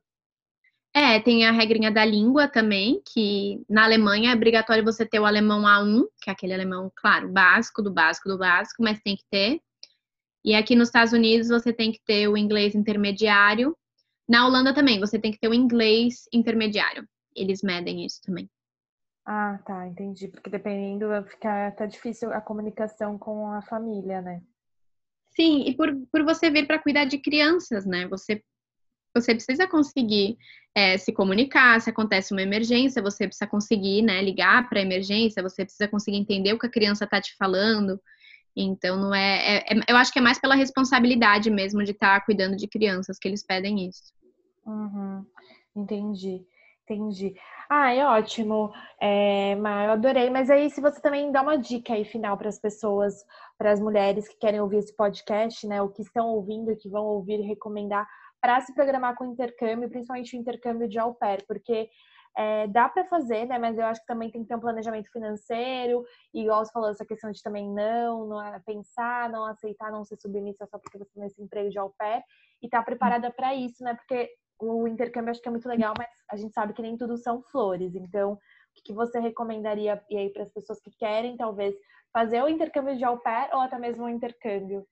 É, tem a regrinha da língua também, que na Alemanha é obrigatório você ter o alemão A um, que é aquele alemão, claro, básico, do básico, do básico, mas tem que ter. E aqui nos Estados Unidos você tem que ter o inglês intermediário. Na Holanda também, você tem que ter o inglês intermediário. Eles medem isso também. Ah, tá, entendi. Porque dependendo, fica até difícil a comunicação com a família, né? Sim, e por, por você vir para cuidar de crianças, né? Você, você precisa conseguir é, se comunicar, se acontece uma emergência, você precisa conseguir, né, ligar para a emergência, você precisa conseguir entender o que a criança está te falando. Então, não é, é, é. Eu acho que é mais pela responsabilidade mesmo de estar tá cuidando de crianças que eles pedem isso. Uhum, entendi, entendi. Ah, é ótimo. É, Mar, eu adorei. Mas aí, se você também dá uma dica aí final para as pessoas, para as mulheres que querem ouvir esse podcast, né? Ou que estão ouvindo e que vão ouvir e recomendar para se programar com intercâmbio, principalmente o intercâmbio de au pair, porque é, dá para fazer, né? Mas eu acho que também tem que ter um planejamento financeiro, e igual você falou, essa questão de também não, não é pensar, não aceitar, não ser submissa só porque você tem esse emprego de au pair, e estar preparada para isso, né? Porque o intercâmbio acho que é muito legal, mas a gente sabe que nem tudo são flores. Então, o que você recomendaria e aí para as pessoas que querem, talvez, fazer o intercâmbio de au pair ou até mesmo o intercâmbio?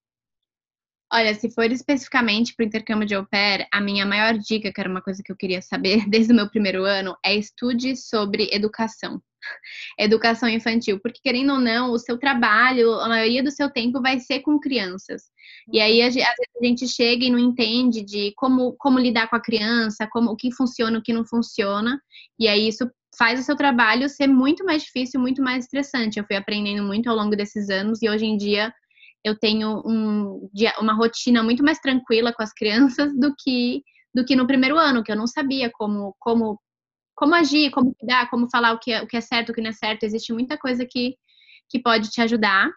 Olha, se for especificamente para o intercâmbio de au pair, a minha maior dica, que era uma coisa que eu queria saber desde o meu primeiro ano, é estude sobre educação. educação infantil, porque querendo ou não, o seu trabalho, a maioria do seu tempo vai ser com crianças. E aí, às vezes, a gente chega e não entende de como, como lidar com a criança, como, o que funciona, o que não funciona, e aí isso faz o seu trabalho ser muito mais difícil, muito mais estressante. Eu fui aprendendo muito ao longo desses anos, e hoje em dia eu tenho um, uma rotina muito mais tranquila com as crianças do que, do que no primeiro ano, que eu não sabia como, como como agir, como cuidar, como falar o que é, o que é certo, o que não é certo. Existe muita coisa que, que pode te ajudar.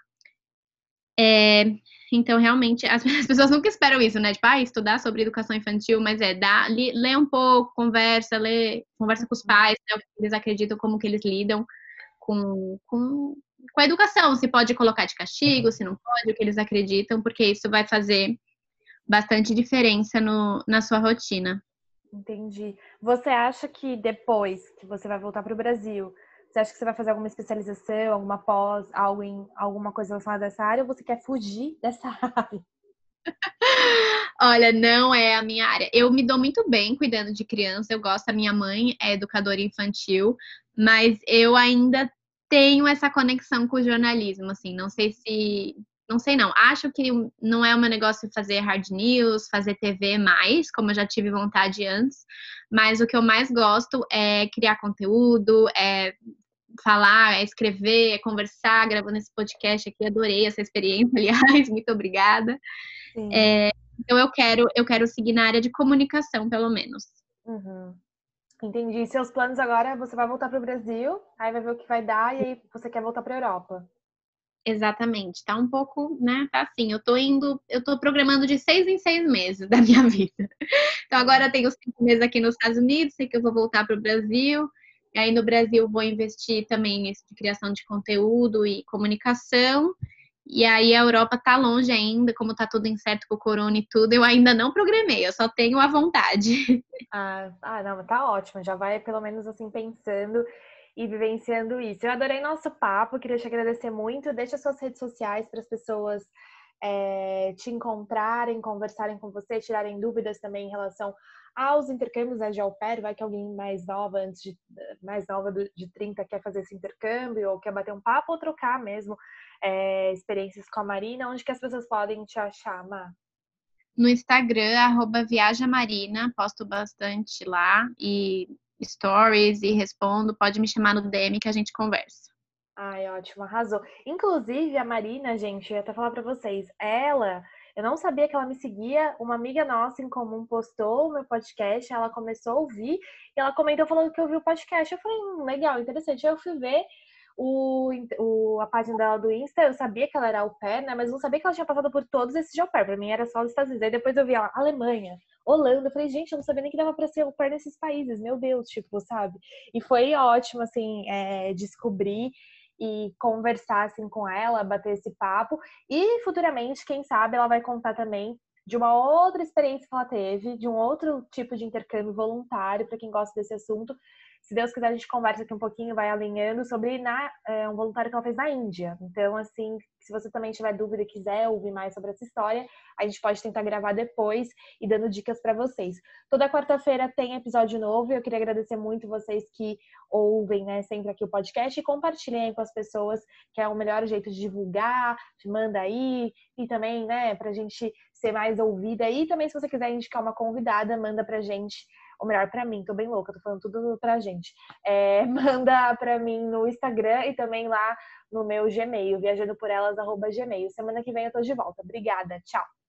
É, então, realmente, as, as pessoas nunca esperam isso, né? Tipo, ah, estudar sobre educação infantil, mas é, dá, lê, lê um pouco, conversa, lê, conversa com os pais, né, o que eles acreditam, como que eles lidam com, com, com a educação. Se pode colocar de castigo, se não pode, o que eles acreditam, porque isso vai fazer bastante diferença no, na sua rotina. Entendi. Você acha que depois que você vai voltar para o Brasil, você acha que você vai fazer alguma especialização, alguma pós, algo em, alguma coisa relacionada a essa área, ou você quer fugir dessa área? Olha, não é a minha área. Eu me dou muito bem cuidando de criança, eu gosto, a minha mãe é educadora infantil, mas eu ainda tenho essa conexão com o jornalismo, assim, não sei se... Não sei não, acho que não é o meu negócio fazer hard news, fazer T V mais, como eu já tive vontade antes, mas o que eu mais gosto é criar conteúdo, é falar, é escrever, é conversar, gravando esse podcast aqui, adorei essa experiência, aliás, muito obrigada. É, então eu quero, eu quero seguir na área de comunicação, pelo menos. Uhum. Entendi. Seus planos agora, você vai voltar para o Brasil, aí vai ver o que vai dar, e aí você quer voltar para a Europa. Exatamente, tá um pouco, né, tá assim, eu tô indo, eu tô programando de seis em seis meses da minha vida. Então agora eu tenho cinco meses aqui nos Estados Unidos, sei que eu vou voltar para o Brasil, e aí no Brasil vou investir também nisso de criação de conteúdo e comunicação, e aí a Europa tá longe ainda, como tá tudo incerto com o corona e tudo, eu ainda não programei, eu só tenho a vontade. Ah, ah, não, tá ótimo. Já vai pelo menos assim pensando e vivenciando isso. Eu adorei nosso papo, queria te agradecer muito. Deixa suas redes sociais para as pessoas é, te encontrarem, conversarem com você, tirarem dúvidas também em relação aos intercâmbios, né, de au pair. Vai que alguém mais nova, antes de mais nova de trinta, quer fazer esse intercâmbio, ou quer bater um papo, ou trocar mesmo é, experiências com a Marina. Onde que as pessoas podem te achar, Má? No Instagram, arroba viajamarina, posto bastante lá, e stories, e respondo, pode me chamar no D M que a gente conversa. Ai, ótimo, arrasou. Inclusive, a Marina, gente, eu ia até falar pra vocês, ela, eu não sabia que ela me seguia, uma amiga nossa em comum postou o meu podcast, ela começou a ouvir, e ela comentou falando que ouviu o podcast. Eu falei, hum, legal, interessante. Aí eu fui ver o, o, a página dela do Insta, eu sabia que ela era au pair, né, mas não sabia que ela tinha passado por todos esses de au pair, pra mim era só os Estados Unidos. Aí depois eu vi ela, Alemanha, Holanda, eu falei, gente, eu não sabia nem que dava pra ser au pair nesses países, meu Deus, tipo, sabe? E foi ótimo, assim, é, descobrir e conversar assim com ela, bater esse papo. E futuramente, quem sabe, ela vai contar também de uma outra experiência que ela teve, de um outro tipo de intercâmbio voluntário, para quem gosta desse assunto. Se Deus quiser, a gente conversa aqui um pouquinho, vai alinhando sobre na, é, um voluntário que ela fez na Índia. Então, assim, se você também tiver dúvida e quiser ouvir mais sobre essa história, a gente pode tentar gravar depois e dando dicas para vocês. Toda quarta-feira tem episódio novo e eu queria agradecer muito vocês que ouvem, né, sempre aqui o podcast e compartilhem com as pessoas, que é o melhor jeito de divulgar, manda aí, e também, né, pra gente ser mais ouvida. E também, se você quiser indicar uma convidada, manda pra gente, ou melhor, pra mim, tô bem louca, tô falando tudo pra gente. É, manda pra mim no Instagram e também lá no meu Gmail, viajandoporelas arroba gmail. Semana que vem eu tô de volta. Obrigada, tchau!